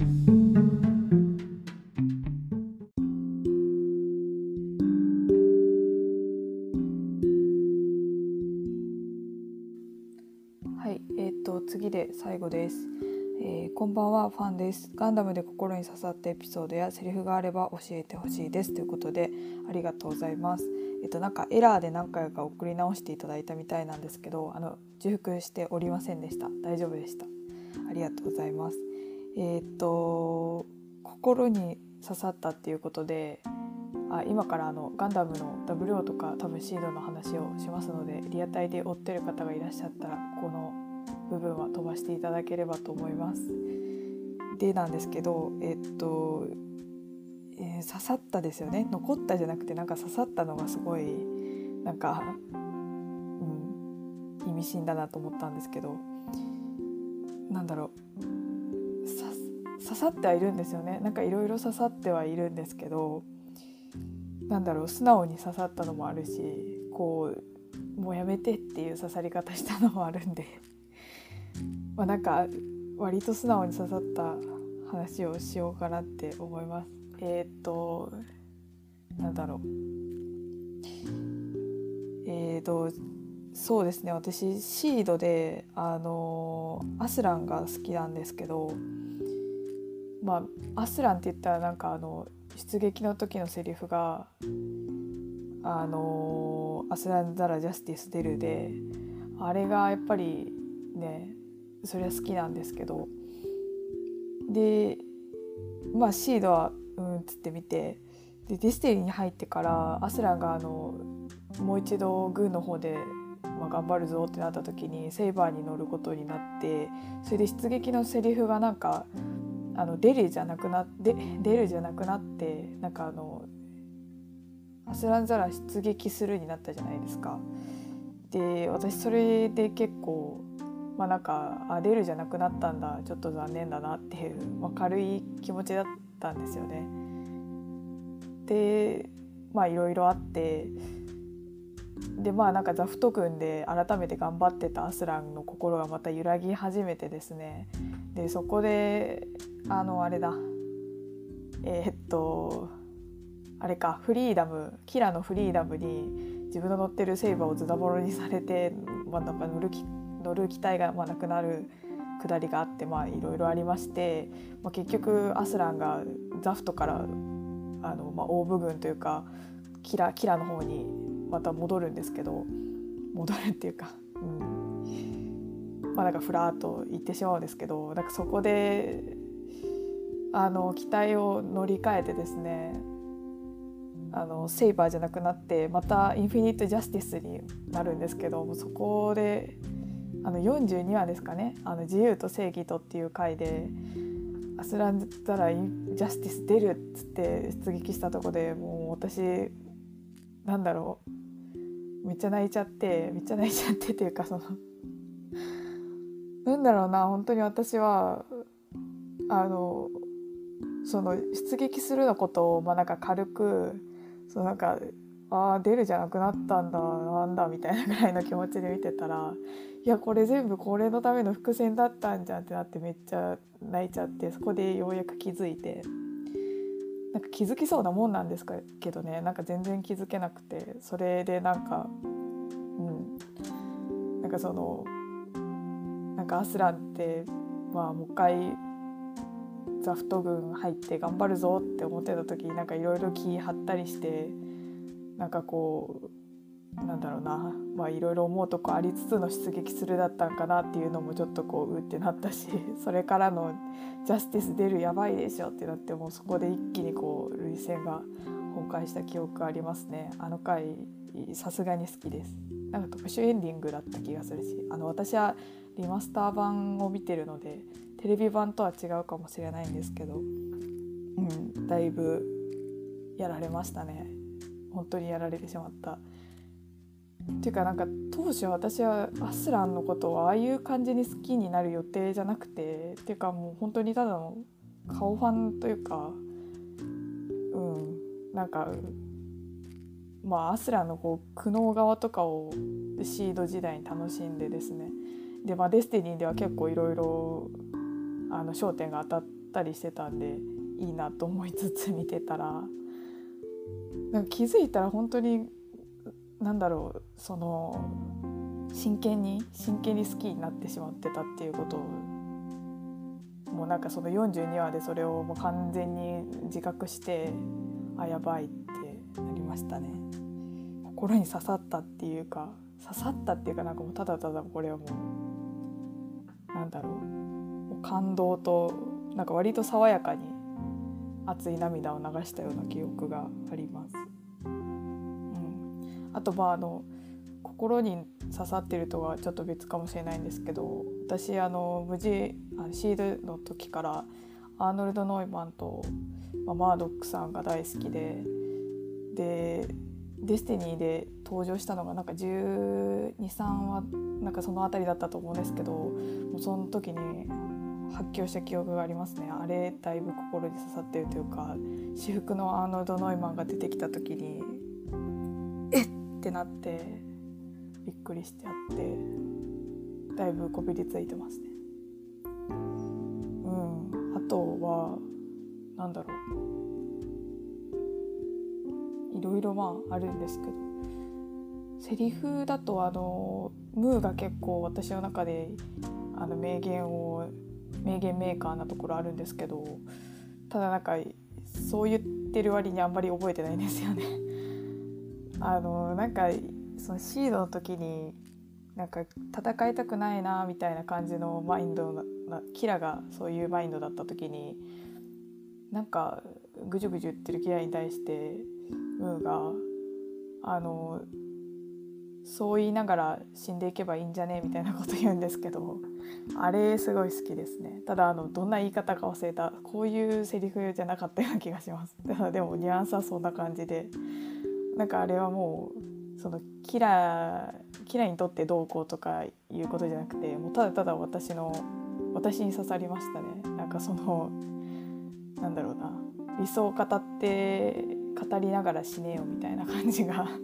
はい、えー、と次で最後です。えー、こんばんは、ファンです。ガンダムで心に刺さったエピソードやセリフがあれば教えてほしいですということで、ありがとうございます。えっとなんかエラーで何回か送り直していただいたみたいなんですけど、あの重複しておりませんでした。大丈夫でした。ありがとうございます。えっと心に刺さったっていうことで、あ今からあのガンダムの ダブリューオー とか多分シードの話をしますので、リアタイで追ってる方がいらっしゃったらこの部分は飛ばしていただければと思います。でなんですけど、えっと、えー、刺さったですよね。残ったじゃなくて、なんか刺さったのがすごいなんか、うん、意味深だなと思ったんですけど、なんだろう、刺さってはいるんですよね。なんかいろいろ刺さってはいるんですけど、なんだろう、素直に刺さったのもあるし、こうもうやめてっていう刺さり方したのもあるんでまあなんか割と素直に刺さった話をしようかなって思います。えー、っとなんだろうえー、っとそうですね、私シードであのアスランが好きなんですけど、まあアスランって言ったらなんかあの出撃の時のセリフがあのアスランザラジャスティス出るで、あれがやっぱりねそれは好きなんですけど、でまあシードはうんっつって見て、でディスティリーに入ってからアスランがあのもう一度軍の方で、まあ、頑張るぞってなった時にセイバーに乗ることになって、それで出撃のセリフがなんかあの出るじゃなくなって出るじゃなくなってなんかあのアスランザラ出撃するになったじゃないですか。で私それで結構まあなんかあ出るじゃなくなったんだ、ちょっと残念だなっていう、まあ、軽い気持ちだったんですよね。でまあいろいろあって、でまあなんかザフト軍で改めて頑張ってたアスランの心がまた揺らぎ始めてですね、でそこであのあれだえー、っとあれかフリーダムキラのフリーダムに自分の乗ってるセイバーをズタボロにされて、まあ、なんか乗る気乗る機体がまあなくなるくだりがあって、まあいろいろありまして、まあ、結局アスランがザフトからあの、まあ、オーブ軍というかキラキラの方に、 また戻るんですけど、戻るっていうか、うん、まあなんかふらっと行ってしまうんですけど、なんかそこであの機体を乗り換えてですね、あのセイバーじゃなくなってまたインフィニット・ジャスティスになるんですけど、もうそこであのよんじゅうにわですかね、あの自由と正義とっていう回でアスランだったらジャスティス出るっつって出撃したとこで、もう私なんだろう、めっちゃ泣いちゃってめっちゃ泣いちゃってっていうか、そのなんだろうな、本当に私はあのその出撃するのことをまあなんか軽く、そのなんかあ出るじゃなくなったんだなんだみたいなぐらいの気持ちで見てたら、いやこれ全部これのための伏線だったんじゃんってなってめっちゃ泣いちゃって、そこでようやく気づいて、なんか気づきそうなもんなんですけどね、なんか全然気づけなくて、それでなんかうんなんかそのなんかアスランってまあもう一回ザフト軍入って頑張るぞって思ってた時に、なんかいろいろ気張ったりして、なんかこうなんだろうな、まあいろいろ思うとこありつつの出撃するだったんかなっていうのもちょっとこううってなったし、それからのジャスティス出るやばいでしょってなって、もうそこで一気にこう涙腺が崩壊した記憶ありますね。あの回さすがに好きです。なんか特殊エンディングだった気がするし、あの私はリマスター版を見てるのでテレビ版とは違うかもしれないんですけど、うん、だいぶやられましたね。本当にやられてしまった。っていうかなんか当初私はアスランのことをああいう感じに好きになる予定じゃなくて、っていうかもう本当にただの顔ファンというか、うんなんかまあアスランのこう苦悩側とかをシード時代に楽しんでですね、でまあデスティニーでは結構いろいろあの焦点が当たったりしてたんでいいなと思いつつ見てたら、なんか気づいたら本当になんだろう、その真剣に真剣に好きになってしまってたっていうことを、もうなんかそのよんじゅうにわでそれをもう完全に自覚して、あやばいってなりましたね。心に刺さったっていうか刺さったっていうかなんかもうただただこれはもうなんだろう、もう感動となんか割と爽やかに熱い涙を流したような記憶があります。うん、あとまああの心に刺さってるとはちょっと別かもしれないんですけど、私あの無事シードの時からアーノルド・ノイマンと、まあ、マードックさんが大好きで、でデスティニーで登場したのがなんかじゅうに、さんわなんかそのあたりだったと思うんですけど、もうその時に発狂した記憶がありますね。あれだいぶ心に刺さってるというか、私服のアーノルド・ノイマンが出てきた時にえっってなってびっくりしてあって、だいぶこびりついてますね。うん、あとはなんだろう、いろいろまああるんですけど、セリフだとあのムーが結構私の中であの名言を名言メーカーなところあるんですけど、ただなんかそう言ってる割にあんまり覚えてないんですよね。あのなんかそのシードの時になんか戦いたくないなみたいな感じのマインドな、キラがそういうマインドだった時に、なんかぐじゅぐじゅ言ってるキラに対してムーがあのそう言いながら死んでいけばいいんじゃねみたいなこと言うんですけど、あれすごい好きですね。ただあのどんな言い方か忘れた、こういうセリフじゃなかったような気がします。だからでもニュアンスはそんな感じで、なんかあれはもうそのキラキラにとってどうこうとかいうことじゃなくて、もうただただ私の私に刺さりましたね。なんかそのなんだろうな、理想を語って語りながら死ねよみたいな感じが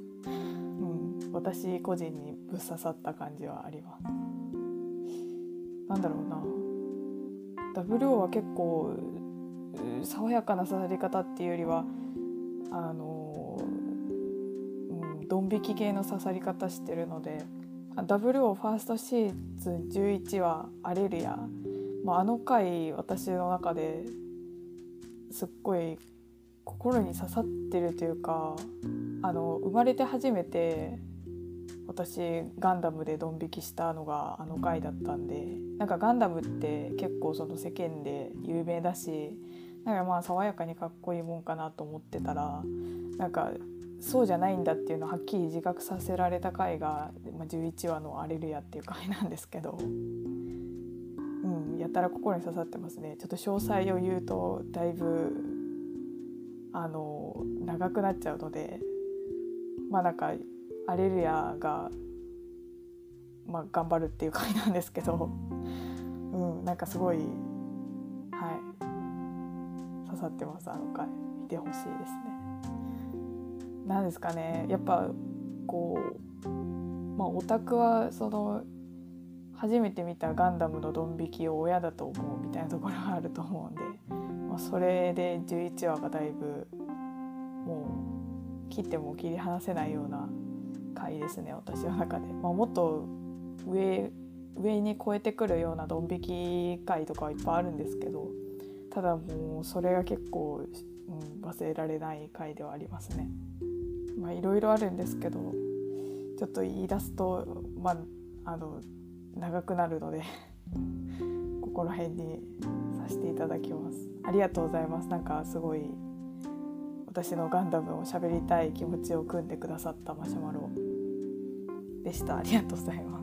私個人にぶっ刺さった感じはあります。なんだろうな、ダブルオーは結構爽やかな刺さり方っていうよりはあの、うん、ドン引き系の刺さり方してるので、ダブルオーファーストシーズンじゅういちわアレルヤ、まあ、あの回私の中ですっごい心に刺さってるというか、あの生まれて初めて私ガンダムでドン引きしたのがあの回だったんで、なんかガンダムって結構その世間で有名だし、なんかまあ爽やかにかっこいいもんかなと思ってたら、なんかそうじゃないんだっていうのをはっきり自覚させられた回が、まあ、じゅういちわのアレルヤっていう回なんですけど、うん、やたら心に刺さってますね。ちょっと詳細を言うとだいぶあの長くなっちゃうので、まあなんかアレルヤが、まあ、頑張るっていう回なんですけど、うん、なんかすごい、はい、刺さってます。あの回見てほしいですね。なんですかね、やっぱこう、まあ、オタクはその初めて見たガンダムのドン引きを親だと思うみたいなところがあると思うんで、まあ、それでじゅういちわがだいぶもう切っても切り離せないような回ですね、私の中で。まあ、もっと上上に超えてくるようなドン引き回とかはいっぱいあるんですけど、ただもうそれが結構、うん、忘れられない回ではありますね。まあいろいろあるんですけど、ちょっと言い出すと、まあ、あの長くなるのでここら辺にさせていただきます。ありがとうございます。なんかすごい私のガンダムを喋りたい気持ちを組んでくださったマシュマロでした。ありがとうございます。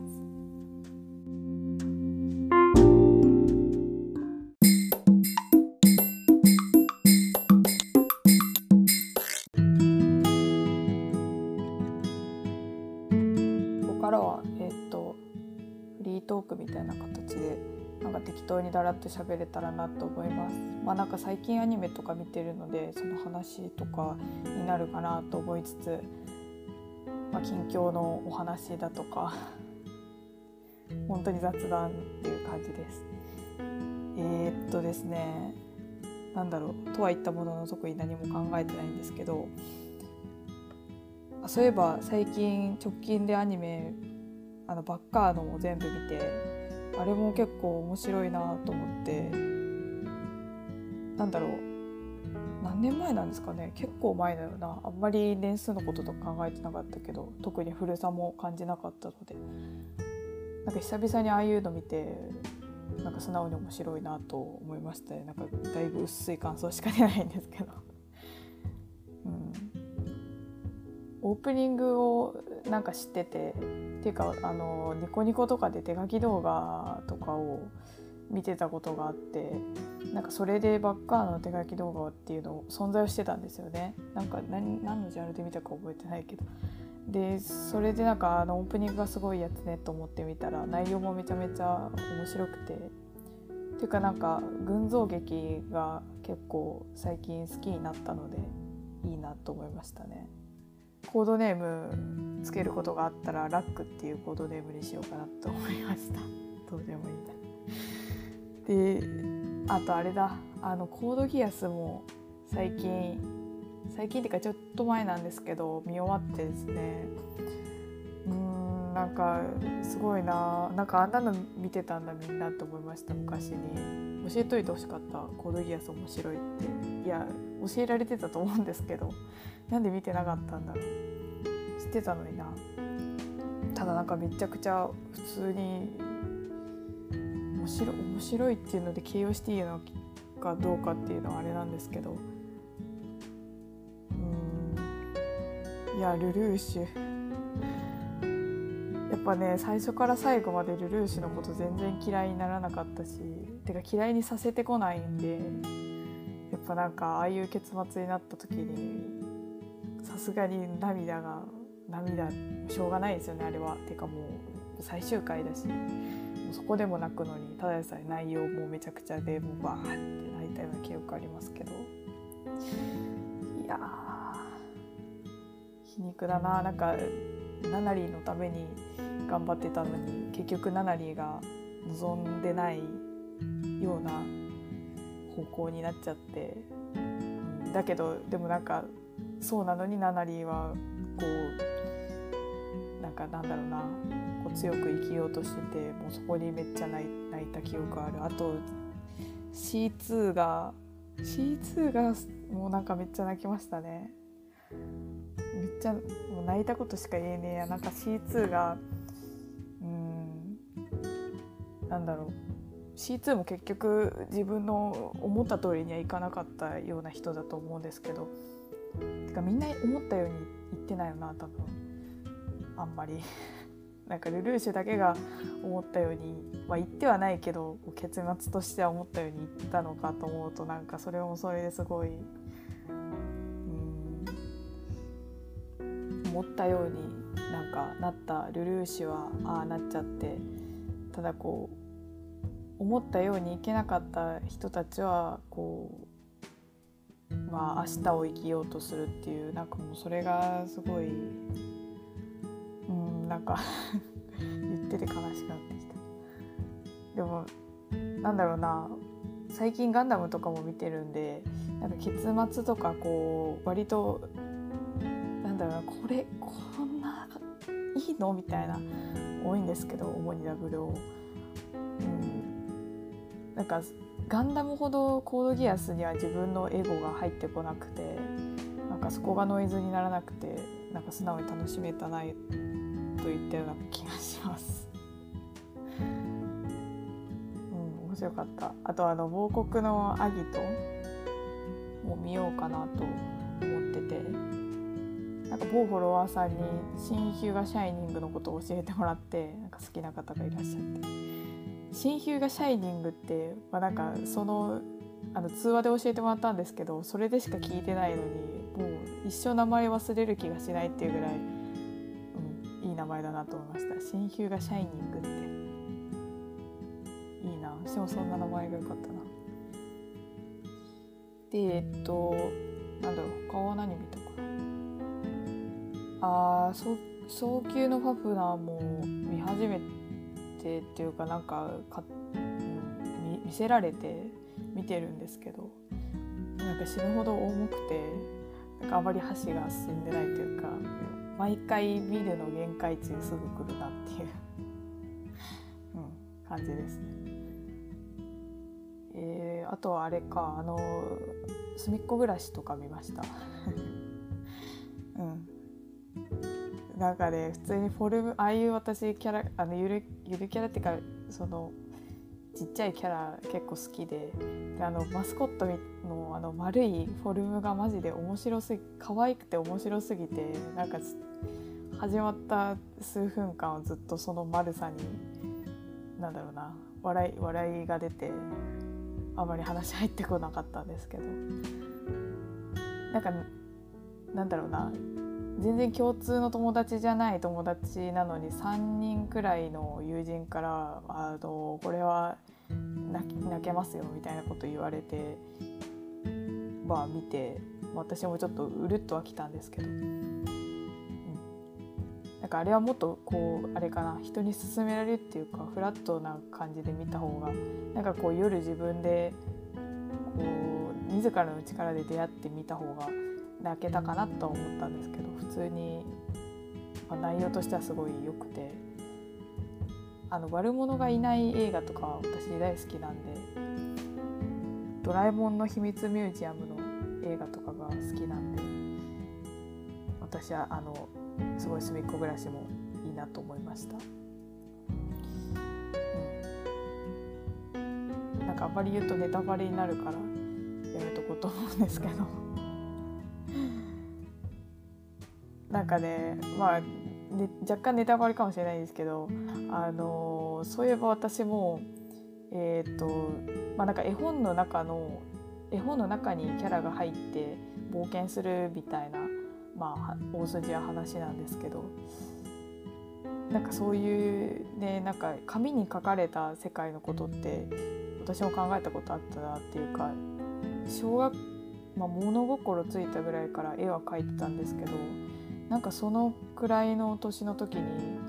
ここからは、えーっと、フリートークみたいな形でなんか適当にだらっと喋れたらなと思います。まあなんか最近アニメとか見てるので、その話とかになるかなと思いつつ、まあ、近況のお話だとか本当に雑談っていう感じです。えー、っとですねなんだろうとは言ったものの特に何も考えてないんですけど、あそういえば最近直近でアニメあのバッカーノを全部見て、あれも結構面白いなと思って、なんだろう何年前なんですかね、結構前だよな。あんまり年数のこととか考えてなかったけど、特に古さも感じなかったので、なんか久々にああいうの見てなんか素直に面白いなと思いましたね。なんかだいぶ薄い感想しか出ないんですけど、うん、オープニングをなんか知ってて、っていうかあのニコニコとかで手書き動画とかを見てたことがあって、なんかそれでバッカーノの手書き動画っていうの存在をしてたんですよね。なんか 何, 何のジャンルで見たか覚えてないけど、でそれでなんかあのオープニングがすごいやつねと思ってみたら、内容もめちゃめちゃ面白くて、っていうかなんか群像劇が結構最近好きになったのでいいなと思いましたね。コードネームつけることがあったらラックっていうコードネームにしようかなと思いました。どうでもいいんだ。で、あとあれだ、あのコードギアスも最近最近っていうかちょっと前なんですけど見終わってですね、うーんなんかすごいな、なんかあんなの見てたんだみんなと思いました。昔に教えといてほしかった。コードギアス面白いって。いや教えられてたと思うんですけど、なんで見てなかったんだろう。知ってたのにな。ただなんかめちゃくちゃ普通に面白い、面白いっていうので形容していいのかどうかっていうのはあれなんですけど、うーんいやルルーシュやっぱね、最初から最後までルルーシュのこと全然嫌いにならなかったし、てか嫌いにさせてこないんで、やっぱなんかああいう結末になった時にさすがに涙が涙しょうがないですよね、あれは。てかもう最終回だし、もうそこでも泣くのに、ただでさえ内容もめちゃくちゃでもうバーって泣いたような記憶ありますけど、いや皮肉だな。なんかナナリーのために頑張ってたのに、結局ナナリーが望んでないような方向になっちゃって、うん、だけどでもなんかそうなのにナナリーはこうなんかなんだろうな、こう強く生きようとしてて、もうそこにめっちゃ泣い、泣いた記憶ある。あと シーツー がシーツー がもうなんかめっちゃ泣きましたね。めっちゃもう泣いたことしか言えねえや。なんか シーツー がうーんなんだろう シーツー も結局自分の思った通りにはいかなかったような人だと思うんですけど、てかみんな思ったように言ってないよな多分あんまりなんかルルーシュだけが思ったように、まあ、言ってはないけど結末としては思ったように言ったのかと思うと、なんかそれもそれですごい、うーん思ったようになんかなったルルーシュはああなっちゃって、ただこう思ったようにいけなかった人たちはこうまあ明日を生きようとするっていう、なんかもうそれがすごいうんなんか言ってて悲しくなってきた。でもなんだろうな、最近ガンダムとかも見てるんで、なんか結末とかこう割となんだろうな、これこんないいのみたいな多いんですけど、主にダブルを、うん、なんかガンダムほどコードギアスには自分のエゴが入ってこなくて、なんかそこがノイズにならなくて、なんか素直に楽しめたなといったような気がします。うん、面白かった。あとあの亡国のアギトも見ようかなと思ってて、なんか某フォロワーさんに新ヒューガシャイニングのことを教えてもらって、なんか好きな方がいらっしゃって、新ヒューガシャイニングって、まあ、なんかそのあの通話で教えてもらったんですけど、それでしか聞いてないのにもう一生名前忘れる気がしないっていうぐらい、うん、いい名前だなと思いました。新ヒューガシャイニングっていいな。私もそんな名前が良かったな。でえっとなんだろう、他は何見たかな。あー早急のファフナーも見始めてっていうか、なんかか、うん、見, 見せられて見てるんですけど、なんか死ぬほど重くて、なんかあまり箸が進んでないというか、毎回見るの限界値にすぐ来るなっていう、うん、感じですね。えー、あとはあれか、あのすみっこ暮らしとか見ましたうん、なんかね、普通にフォルム、ああいう私キャラ、あのゆるゆるキャラっていうか、そのちっちゃいキャラ結構好きで、であのマスコットのあの丸いフォルムがマジで面白すぎ、可愛くて面白すぎて、なんか始まった数分間はずっとその丸さになんだろうな、笑い笑いが出て、あまり話入ってこなかったんですけど、なんかなんだろうな、全然共通の友達じゃない友達なのにさんにんくらいの友人からあのこれは泣けますよみたいなこと言われて、まあ見て、私もちょっとうるっとはきたんですけど、うん、なんかあれはもっとこうあれかな、人に勧められるっていうかフラットな感じで見た方が、なんかこう夜自分でこう自らの力で出会ってみた方が泣けたかなとは思ったんですけど、普通に、まあ、内容としてはすごい良くて、あの悪者がいない映画とか私大好きなんで、ドラえもんの秘密ミュージアムの映画とかが好きなんで、私はあのすごいすみっこ暮らしもいいなと思いました。うん、なんかあんまり言うとネタバレになるからやめとこうと思うんですけどなんかね、まあね、若干ネタバレかもしれないんですけど、あのー、そういえば私もえー、っとまあなんか絵本の中の絵本の中にキャラが入って冒険するみたいな、まあ大筋は話なんですけど、なんかそういうね、なんか紙に書かれた世界のことって私も考えたことあったなっていうか、小学、まあ、物心ついたぐらいから絵は描いてたんですけど、なんかそのくらいの年の時に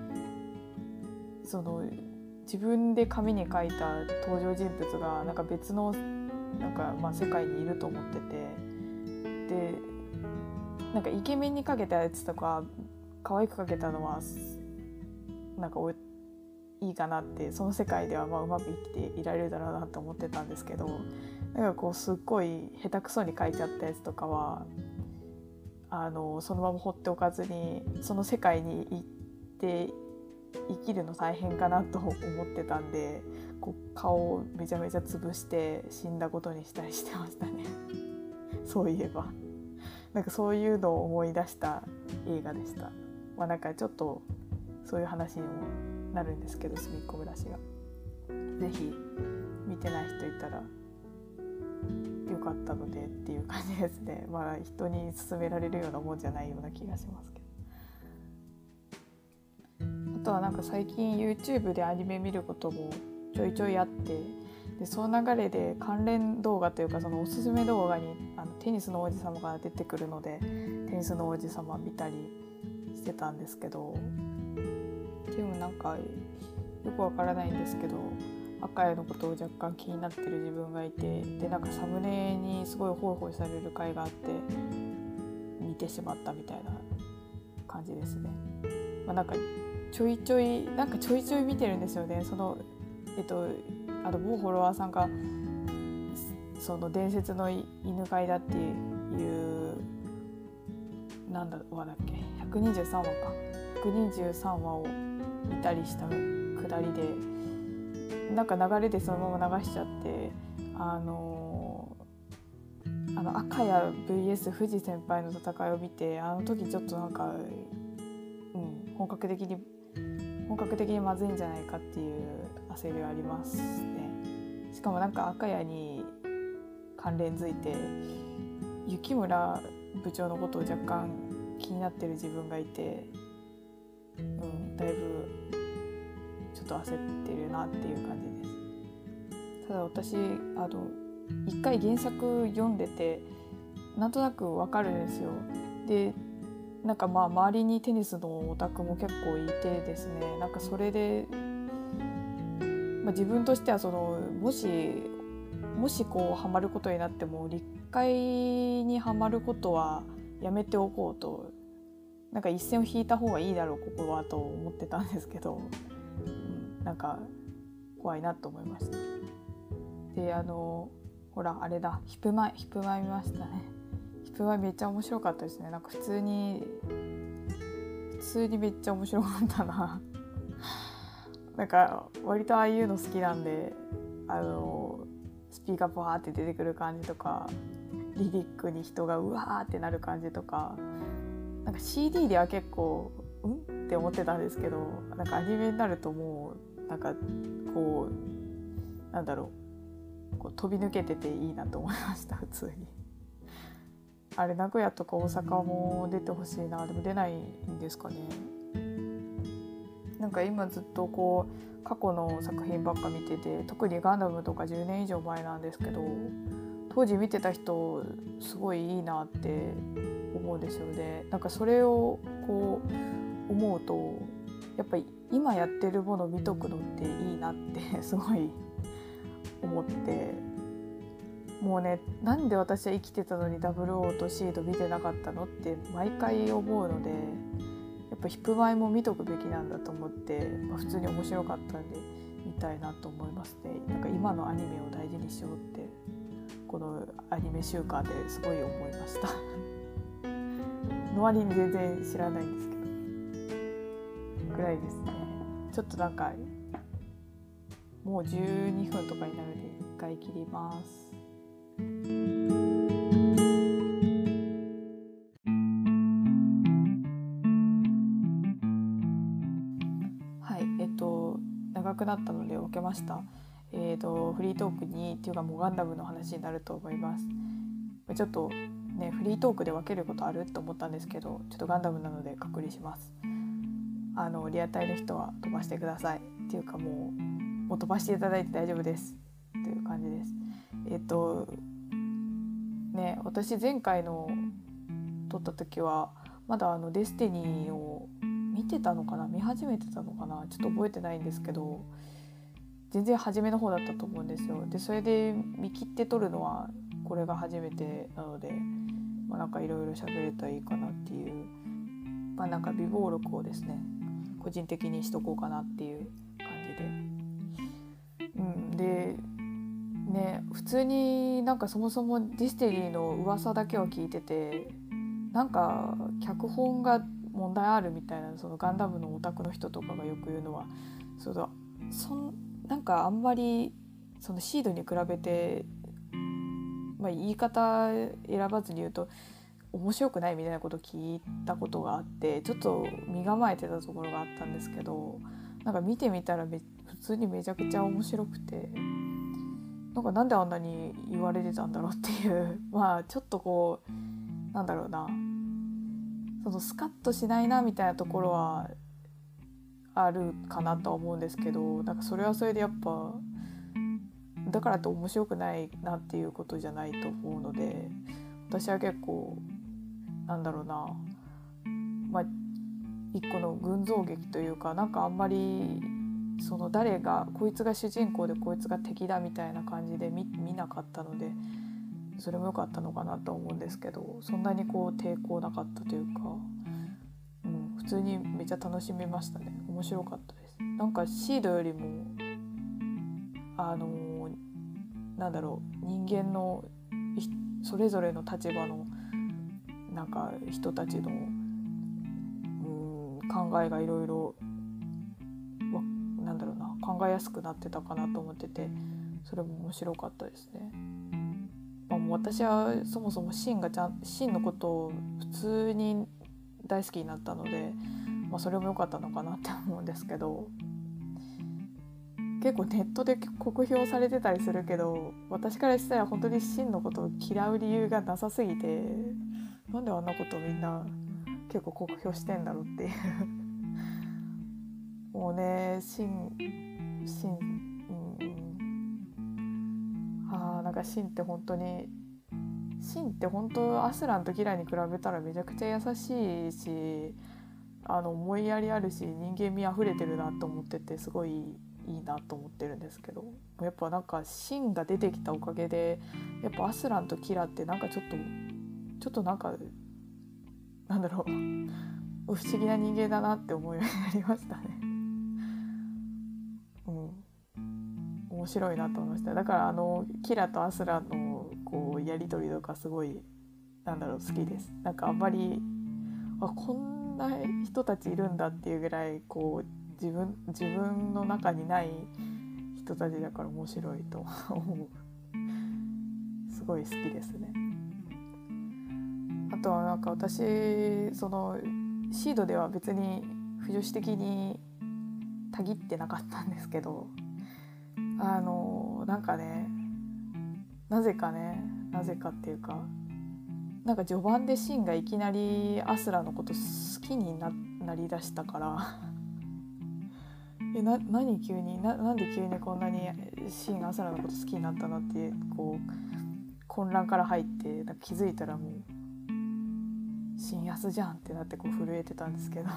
その自分で紙に書いた登場人物がなんか別のなんかまあ世界にいると思ってて、でなんかイケメンに描けたやつとか可愛く描けたのはなんかいいかなって、その世界ではまあうまく生きていられるだろうなと思ってたんですけど、なんかこうすっごい下手くそに書いちゃったやつとかはあのそのまま放っておかずにその世界に行って生きるの大変かなと思ってたんで、こう顔をめちゃめちゃ潰して死んだことにしたりしてましたねそういえばなんかそういうのを思い出した映画でした。まあ、なんかちょっとそういう話にもなるんですけど、すみっこ暮らしがぜひ見てない人いたらよかったのでっていう感じですね。まあ人に勧められるようなもんじゃないような気がしますけど、あとはなんか最近 YouTube でアニメ見ることもちょいちょいあって、でその流れで関連動画というかそのおすすめ動画にあのテニスの王子様が出てくるので、テニスの王子様見たりしてたんですけど、でもなんかよくわからないんですけど、赤谷のことを若干気になってる自分がいて、でなんかサムネにすごいホイホイされる回があって見てしまったみたいな感じですね。まあ、なんかちょいちょいなんかちょいちょい見てるんですよね。そのえっとあの某フォロワーさんがその伝説の犬飼だっていうなんだ話だっけひゃくにじゅうさんわかひゃくにじゅうさんわを見たりしたくだりで、なんか流れでそのまま流しちゃって、あのあの赤谷 ブイエス 藤先輩の戦いを見て、あの時ちょっとなんか、うん、本格的に本格的にまずいんじゃないかっていう焦りはありますね。しかもなんか赤谷に関連づいて雪村部長のことを若干気になってる自分がいて、うん、だいぶちょっと焦ってるなっていう感じです。ただ私あの一回原作読んでてなんとなくわかるんですよ。でなんかまあ周りにテニスのオタクも結構いてですね、なんかそれで、まあ、自分としてはそのもしもしこうハマることになっても立会にハマることはやめておこうと、なんか一線を引いた方がいいだろうここはと思ってたんですけど、うん、なんか怖いなと思いました。であのほらあれだヒップマイヒップマイ見ましたね。ヒップマイめっちゃ面白かったですね。なんか普通に普通にめっちゃ面白かったななんか割とああいうの好きなんで、あのスピーカーパーって出てくる感じとか、リリックに人がうわーってなる感じとか、なんか シーディー では結構うんって思ってたんですけど、なんかアニメになるともうなんかこうなんだろう、こう飛び抜けてていいなと思いました普通に。あれ名古屋とか大阪も出てほしいな。でも出ないんですかね。なんか今ずっとこう過去の作品ばっか見てて、特にガンダムとかじゅうねん以上前なんですけど、当時見てた人すごいいいなって思うんですよね。なんかそれをこう思うとやっぱり今やってるもの見とくのっていいなってすごい思って、もうねなんで私は生きてたのにダブルオーとシード見てなかったのって毎回思うので、やっぱヒップマイも見とくべきなんだと思って、まあ、普通に面白かったんで見たいなと思いますね。なんか今のアニメを大事にしようってこのアニメ週間ですごい思いましたの割に全然知らないんですけどぐらいですね。ちょっとなんかもうじゅうにふんとかになるので一回切ります。はい、えっと長くなったので分けました。えーとフリートークにっていうかもうガンダムの話になると思います。ちょっとねフリートークで分けることあると思ったんですけど、ちょっとガンダムなので隔離します。あのリアタイの人は飛ばしてくださいっていうかもうもう飛ばしていただいて大丈夫ですという感じです。えっとね私前回の撮った時はまだあのデスティニーを見てたのかな見始めてたのかなちょっと覚えてないんですけど、全然初めの方だったと思うんですよ。でそれで見切って撮るのはこれが初めてなので、まあ、なんかいろいろ喋れたらいいかなっていう、まあなんか備忘録をですね個人的にしとこうかなっていう感じて、うん、でね、普通になんかそもそもディスティニーの噂だけは聞いてて、なんか脚本が問題あるみたいな、そのガンダムのオタクの人とかがよく言うのは、そうだ、そんなんかあんまりそのシードに比べて、まあ、言い方選ばずに言うと面白くないみたいなことを聞いたことがあって、ちょっと身構えてたところがあったんですけど、なんか見てみたらめ普通にめちゃくちゃ面白くて、なんかなんであんなに言われてたんだろうっていうまあちょっとこうなんだろうな、そのスカッとしないなみたいなところはあるかなとは思うんですけど、なんかそれはそれでやっぱだからって面白くないなっていうことじゃないと思うので、私は結構なんだろうな、まあ一個の群像劇というか、なんかあんまりその誰がこいつが主人公でこいつが敵だみたいな感じで 見, 見なかったので、それも良かったのかなと思うんですけど、そんなにこう抵抗なかったというか、うん、普通にめっちゃ楽しめましたね。面白かったです。なんかシードよりもあのー、なんだろう、人間のそれぞれの立場のなんか人たちの、うん、考えがいろいろなんだろうな、考えやすくなってたかなと思ってて、それも面白かったですね。まあ、もう私はそもそもシンがちゃんシンのことを普通に大好きになったので、まあ、それも良かったのかなって思うんですけど、結構ネットで酷評されてたりするけど、私からしたら本当にシンのことを嫌う理由がなさすぎて、なんであんなことをみんな結構酷評してんだろうっていうもうね、シンシン、うん、あーなんかシンって本当にシンって本当アスランとキラに比べたらめちゃくちゃ優しいし、あの思いやりあるし、人間味あふれてるなと思ってて、すごいいいなと思ってるんですけど、やっぱなんかシンが出てきたおかげで、やっぱアスランとキラってなんかちょっとちょっとなんかなんだろう不思議な人間だなって思うようになりましたね。うん、面白いなと思いました。だからあのキラとアスランのこうやり取りとかすごいなんだろう好きです。なんかあんまりあこんな人たちいるんだっていうぐらいこう自分自分の中にない人たちだから面白いと思う。すごい好きですね。あとはなんか私そのシードでは別に不女子的にたぎってなかったんですけど、あのなんかねなぜかねなぜかっていうかなんか序盤でシンがいきなりアスラのこと好きに な, なりだしたからえな何急に な, なんで急にこんなにシンアスラのこと好きになったのってこう混乱から入って、なんか気づいたらもうシンアスじゃんってなってこう震えてたんですけど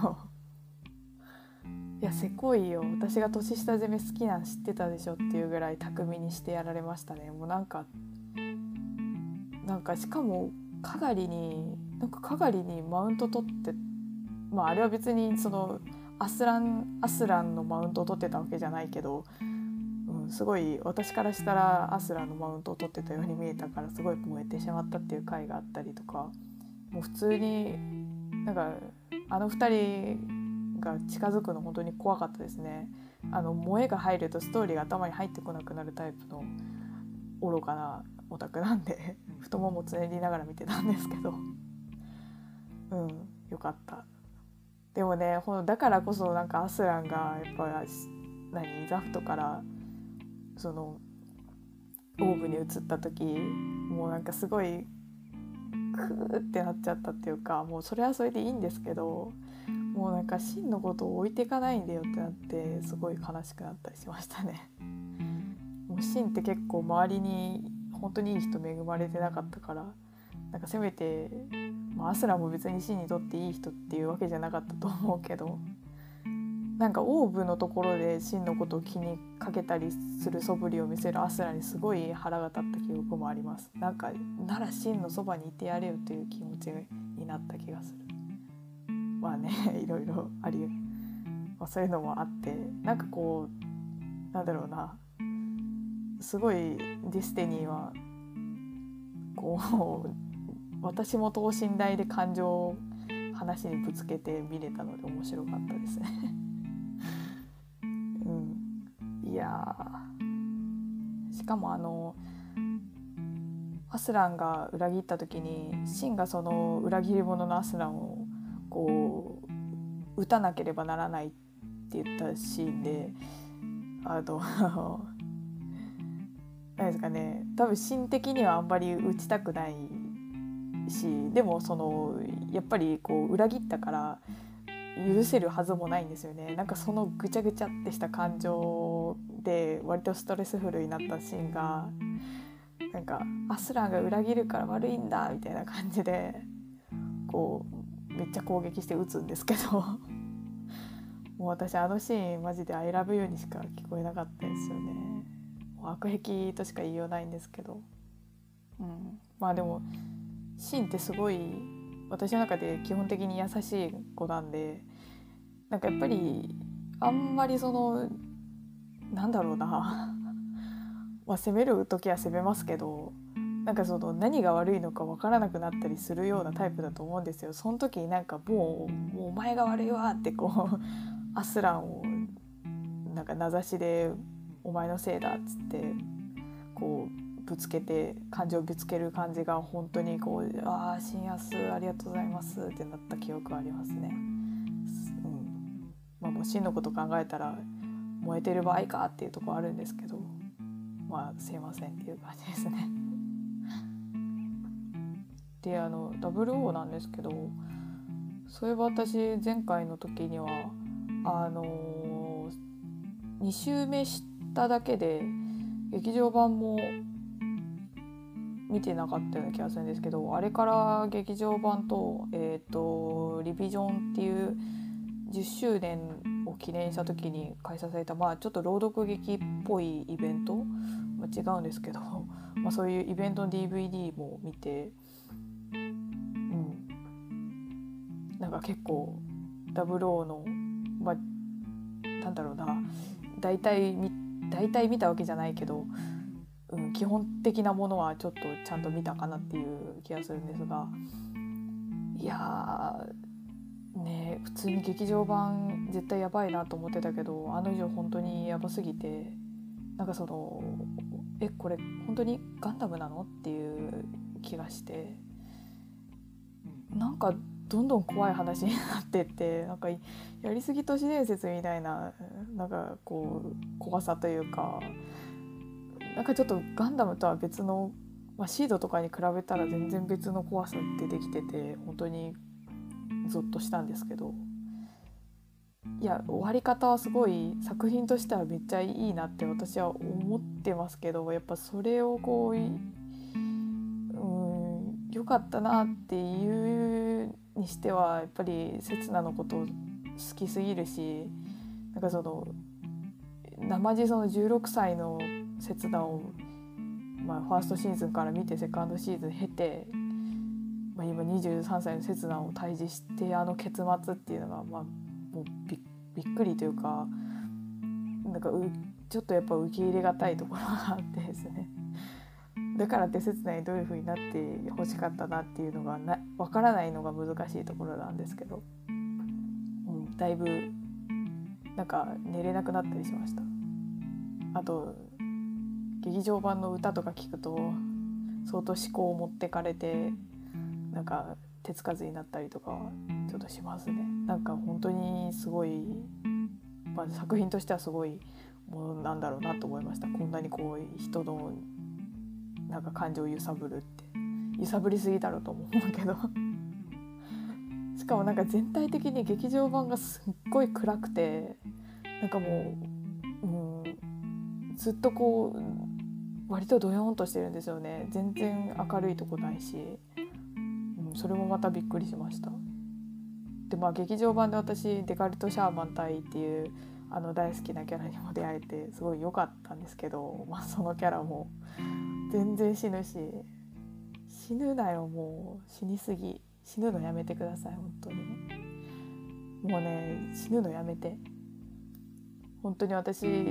いやせこいよ、私が年下攻め好きなん知ってたでしょっていうぐらい巧みにしてやられましたね。もうなんかなんかしかもカガリになんかカガリにマウント取って、まああれは別にそのアスランアスランのマウントを取ってたわけじゃないけど、うん、すごい私からしたらアスランのマウントを取ってたように見えたから、すごい燃えてしまったっていう回があったりとか、もう普通になんかあのふたりが近づくの本当に怖かったですね。あの萌えが入るとストーリーが頭に入ってこなくなるタイプの愚かなオタクなんで太ももつねりながら見てたんですけどうんよかった。でもねだからこそなんかアスランがやっぱ何ザフトからそのオーブに移った時もうなんかすごいクーってなっちゃったっていうか、もうそれはそれでいいんですけど、もうなんかシンのことを置いていかないんだよってなってすごい悲しくなったりしましたね。もうシンって結構周りに本当にいい人恵まれてなかったから、なんかせめて、まあ、アスラも別にシンにとっていい人っていうわけじゃなかったと思うけど、なんかオーブのところでシンのことを気にかけたりする素振りを見せるアスラにすごい腹が立った記憶もあります。なんかならシンのそばにいてやれよという気持ちになった気がする。まあねいろいろあり、まあ、そういうのもあって、なんかこなんだろうな、すごいディスティニーはこう私も等身大で感情を話にぶつけて見れたので面白かったですねうん、いやしかもあのアスランが裏切った時にシンがその裏切り者のアスランをこう撃たなければならないって言ったシーンで、あの何ですかね、多分シン的にはあんまり撃ちたくないし、でもそのやっぱりこう裏切ったから許せるはずもないんですよね。なんかそのぐちゃぐちゃってした感情で割とストレスフルになったシーンが、なんかアスランが裏切るから悪いんだみたいな感じでこうめっちゃ攻撃して撃つんですけどもう私あのシーンマジで I love you にしか聞こえなかったですよね。もう悪癖としか言いようないんですけど、うん、まあでもシンってすごい私の中で基本的に優しい子なんで、なんかやっぱりあんまりそのなんだろうなまあ攻める時は攻めますけど、なんかその何が悪いのか分からなくなったりするようなタイプだと思うんですよ。その時になんかもう、もうお前が悪いわってこうアスランをなんか名指しでお前のせいだっつってこうぶつけて感情をぶつける感じが本当にこう、ああシンアスありがとうございますってなった記憶はありますね。うん、まあもうシンのこと考えたら燃えてる場合かっていうところあるんですけど、まあすいませんっていう感じですねで、あの ダブルオー なんですけど、そういえば私前回の時にはあのー、に週目しただけで劇場版も見てなかったような気がするんですけど、あれから劇場版と、えーと、リビジョンっていうじゅっしゅうねんを記念した時に開催された、まあ、ちょっと朗読劇っぽいイベント、まあ、違うんですけど、まあ、そういうイベントの ディーブイディー も見て、うん、なんか結構ダブルオーの、まあ、なんだろうな、大体大体見たわけじゃないけど、うん、基本的なものはちょっとちゃんと見たかなっていう気がするんですが、いやーね、普通に劇場版絶対やばいなと思ってたけど、あの以上本当にやばすぎて、なんかそのえこれ本当にガンダムなのっていう気がして、なんかどんどん怖い話になってって、なんかやりすぎ都市伝説みたいな、なんかこう怖さというか、なんかちょっとガンダムとは別の、まあ、シードとかに比べたら全然別の怖さってできてて、本当にゾッとしたんですけど、いや終わり方はすごい作品としてはめっちゃいいなって私は思ってますけど、やっぱそれをこう、うん、良かったなっていうにしてはやっぱり刹那のこと好きすぎるし、なんかその生地そのじゅうろくさいの刹那を、まあ、ファーストシーズンから見てセカンドシーズン経て、まあ、今にじゅうさんさいの刹那を対峙してあの結末っていうのが、まあ、もう び, びっくりというか、なんかうちょっとやっぱ受け入れがたいところがあってですね、だからって刹那にどういう風になってほしかったなっていうのがな分からないのが難しいところなんですけど、うん、だいぶなんか寝れなくなったりしました。あと劇場版の歌とか聞くと相当思考を持ってかれて、なんか手つかずになったりとかちょっとしますね。なんか本当にすごい、まあ、作品としてはすごいものなんだろうなと思いました。こんなにこう人のなんか感情を揺さぶるって、揺さぶりすぎだろうと思うけどしかもなんか全体的に劇場版がすっごい暗くて、なんかもう、うん、ずっとこう割とドヨーンとしてるんですよね。全然明るいとこないし、うん、それもまたびっくりしました。で、まあ劇場版で私デカルト・シャーマン隊っていうあの大好きなキャラにも出会えてすごい良かったんですけど、まあ、そのキャラも全然死ぬし、死ぬなよ、もう死にすぎ、死ぬのやめてください本当に。もうね死ぬのやめて、本当に私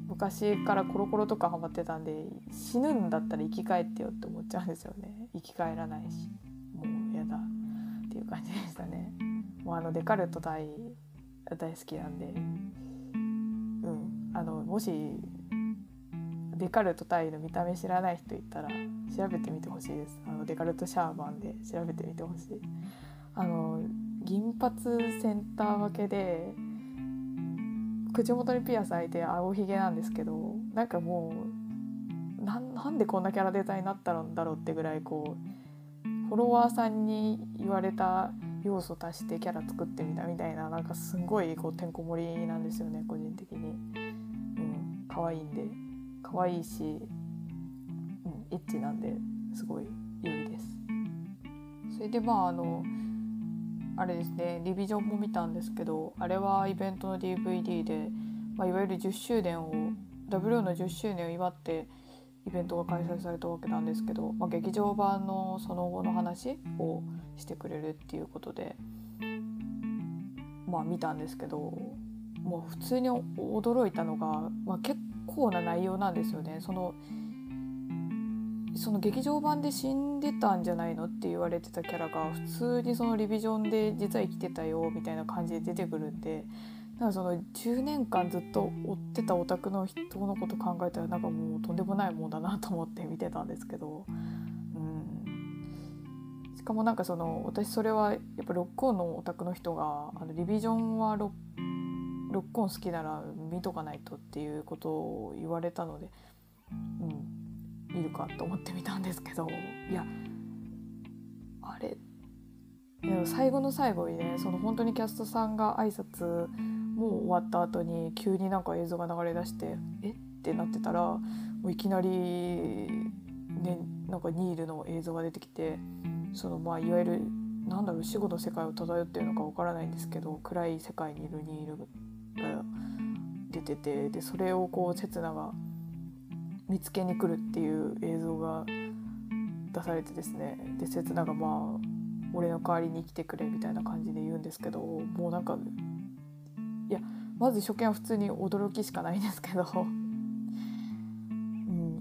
昔からコロコロとかハマってたんで、死ぬんだったら生き返ってよって思っちゃうんですよね。生き返らないしもうやだっていう感じでしたね。もうあのデカルト大大好きなんで、うんあのもしデカルト大の見た目知らない人いたら調べてみてほしいです。あのデカルトシャーマンで調べてみてほしい。あの銀髪センター分けで口元にピアス開いて青ひげなんですけど、なんかもう な, なんでこんなキャラデザになったんだろうってぐらい、こうフォロワーさんに言われた要素足してキャラ作ってみたみたいな、なんかすごいこうてんこ盛りなんですよね、個人的に。うん可愛いんで、可愛いし、うん、エッチなんですごい良いです。それでまああのあれですね、リビジョンも見たんですけど、あれはイベントの ディーブイディー で、まあ、いわゆるじゅっしゅうねんを ダブリューオー のじゅっしゅうねんを祝ってイベントが開催されたわけなんですけど、まあ、劇場版のその後の話をしてくれるっていうことでまあ見たんですけど、もう普通に驚いたのが、まあ、結構な内容なんですよね。そのその劇場版で死んでたんじゃないのって言われてたキャラが普通にそのリビジョンで実は生きてたよみたいな感じで出てくるんで、なんかそのじゅうねんかんずっと追ってたオタクの人のこと考えたらなんかもうとんでもないもんだなと思って見てたんですけど、うん、しかもなんかその私それはやっぱロックオンのオタクの人があのリビジョンはロロックオン好きなら見とかないとっていうことを言われたので、うん見るかと思ってみたんですけど、いやあれでも最後の最後にね、その本当にキャストさんが挨拶もう終わった後に急になんか映像が流れ出してえってなってたら、もういきなりねなんかニールの映像が出てきて、そのまあいわゆるなんだろう死後の世界を漂っているのかわからないんですけど、暗い世界にいるニールが出てて、でそれをこうセツナが見つけに来るっていう映像が出されてですね、でセツナがまあ俺の代わりに生きてくれみたいな感じで言うんですけど、もうなんかいやまず初見は普通に驚きしかないんですけど、うん、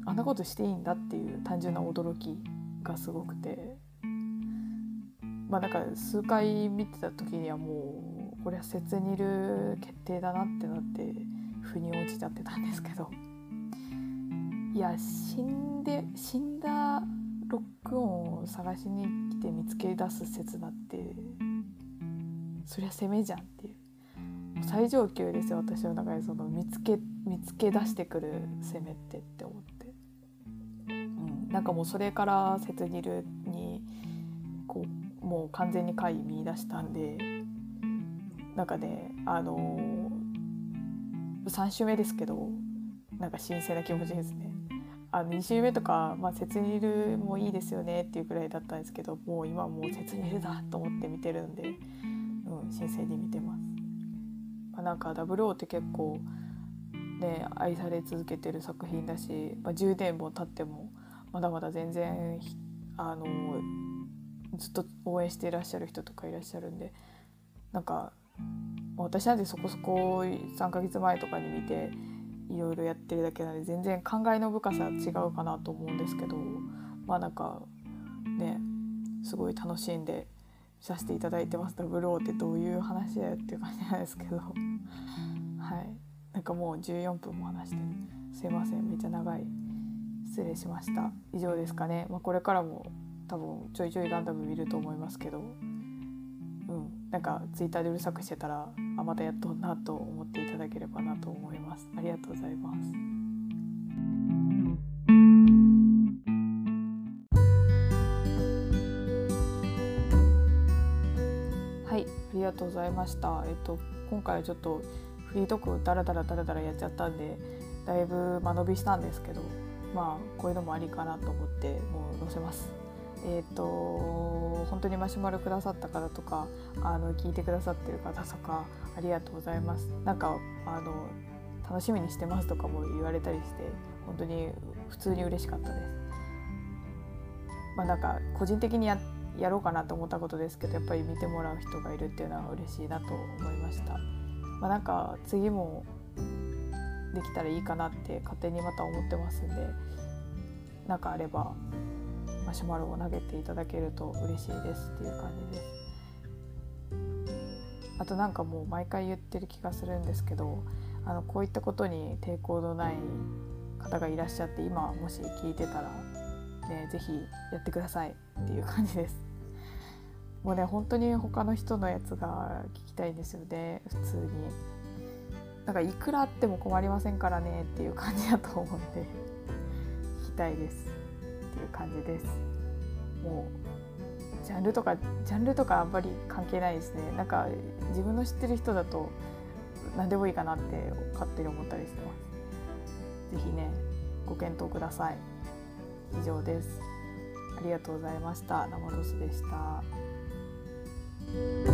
あんなことしていいんだっていう単純な驚きがすごくて、まあなんか数回見てた時にはもうこれはセツニル決定だなってなって腑に落ちちゃってたんですけど、いや死んで死んだロックオンを探しに来て見つけ出す説だってそりゃ攻めじゃんっていう、最上級ですよ私の中で、その見つけ見つけ出してくる攻めってって思って、うん、なんかもうそれからセツニルにこうもう完全に解見出したんで、なんかねあのー、さん週目ですけどなんか新鮮な気持ちですね。あのに週目とか、まあ、セツニルもいいですよねっていうくらいだったんですけど、もう今もうセツニルだと思って見てるんで、うん、新鮮に見てます。まあ、なんかダブルオーって結構ね愛され続けてる作品だし、まあ、じゅうねんも経ってもまだまだ全然あのずっと応援していらっしゃる人とかいらっしゃるんで、なんか私なんてそこそこさんかげつまえとかに見ていろいろやってるだけなので全然考えの深さは違うかなと思うんですけど、まあなんかねすごい楽しんでさせていただいてます。ダブルオーってどういう話だよっていう感じなんですけどはいなんかもうじゅうよんぷんも話してる、すいませんめっちゃ長い、失礼しました。以上ですかね。まあ、これからも多分ちょいちょいガンダム見ると思いますけど、うん、なんかツイッターでうるさくしてたらあまたやっとんなと思っていただければなと思います。ありがとうございます。はい、ありがとうございました。えっと今回はちょっとフリートークダラダラダラダラやっちゃったんでだいぶ間延びしたんですけど、まあこういうのもありかなと思ってもう載せます。えー、と本当にマシュマロくださった方とかあの聞いてくださってる方とかありがとうございます。なんかあの楽しみにしてますとかも言われたりして本当に普通に嬉しかったです。まあなんか個人的に や, やろうかなと思ったことですけど、やっぱり見てもらう人がいるっていうのは嬉しいなと思いました。まあ、なんか次もできたらいいかなって勝手にまた思ってますんで、なんかあればマシュマロを投げていただけると嬉しいですっていう感じです。あとなんかもう毎回言ってる気がするんですけど、あのこういったことに抵抗のない方がいらっしゃって、今もし聞いてたら、ね、ぜひやってくださいっていう感じです。もうね本当に他の人のやつが聞きたいんですよね。普通になんかいくらあっても困りませんからねっていう感じだと思うんで聞きたいですっていう感じです。もうジャンルとかジャンルとかあんまり関係ないですね。なんか自分の知ってる人だと何でもいいかなって勝手に思ったりしてます。ぜひねご検討ください。以上です。ありがとうございました。生ロスでした。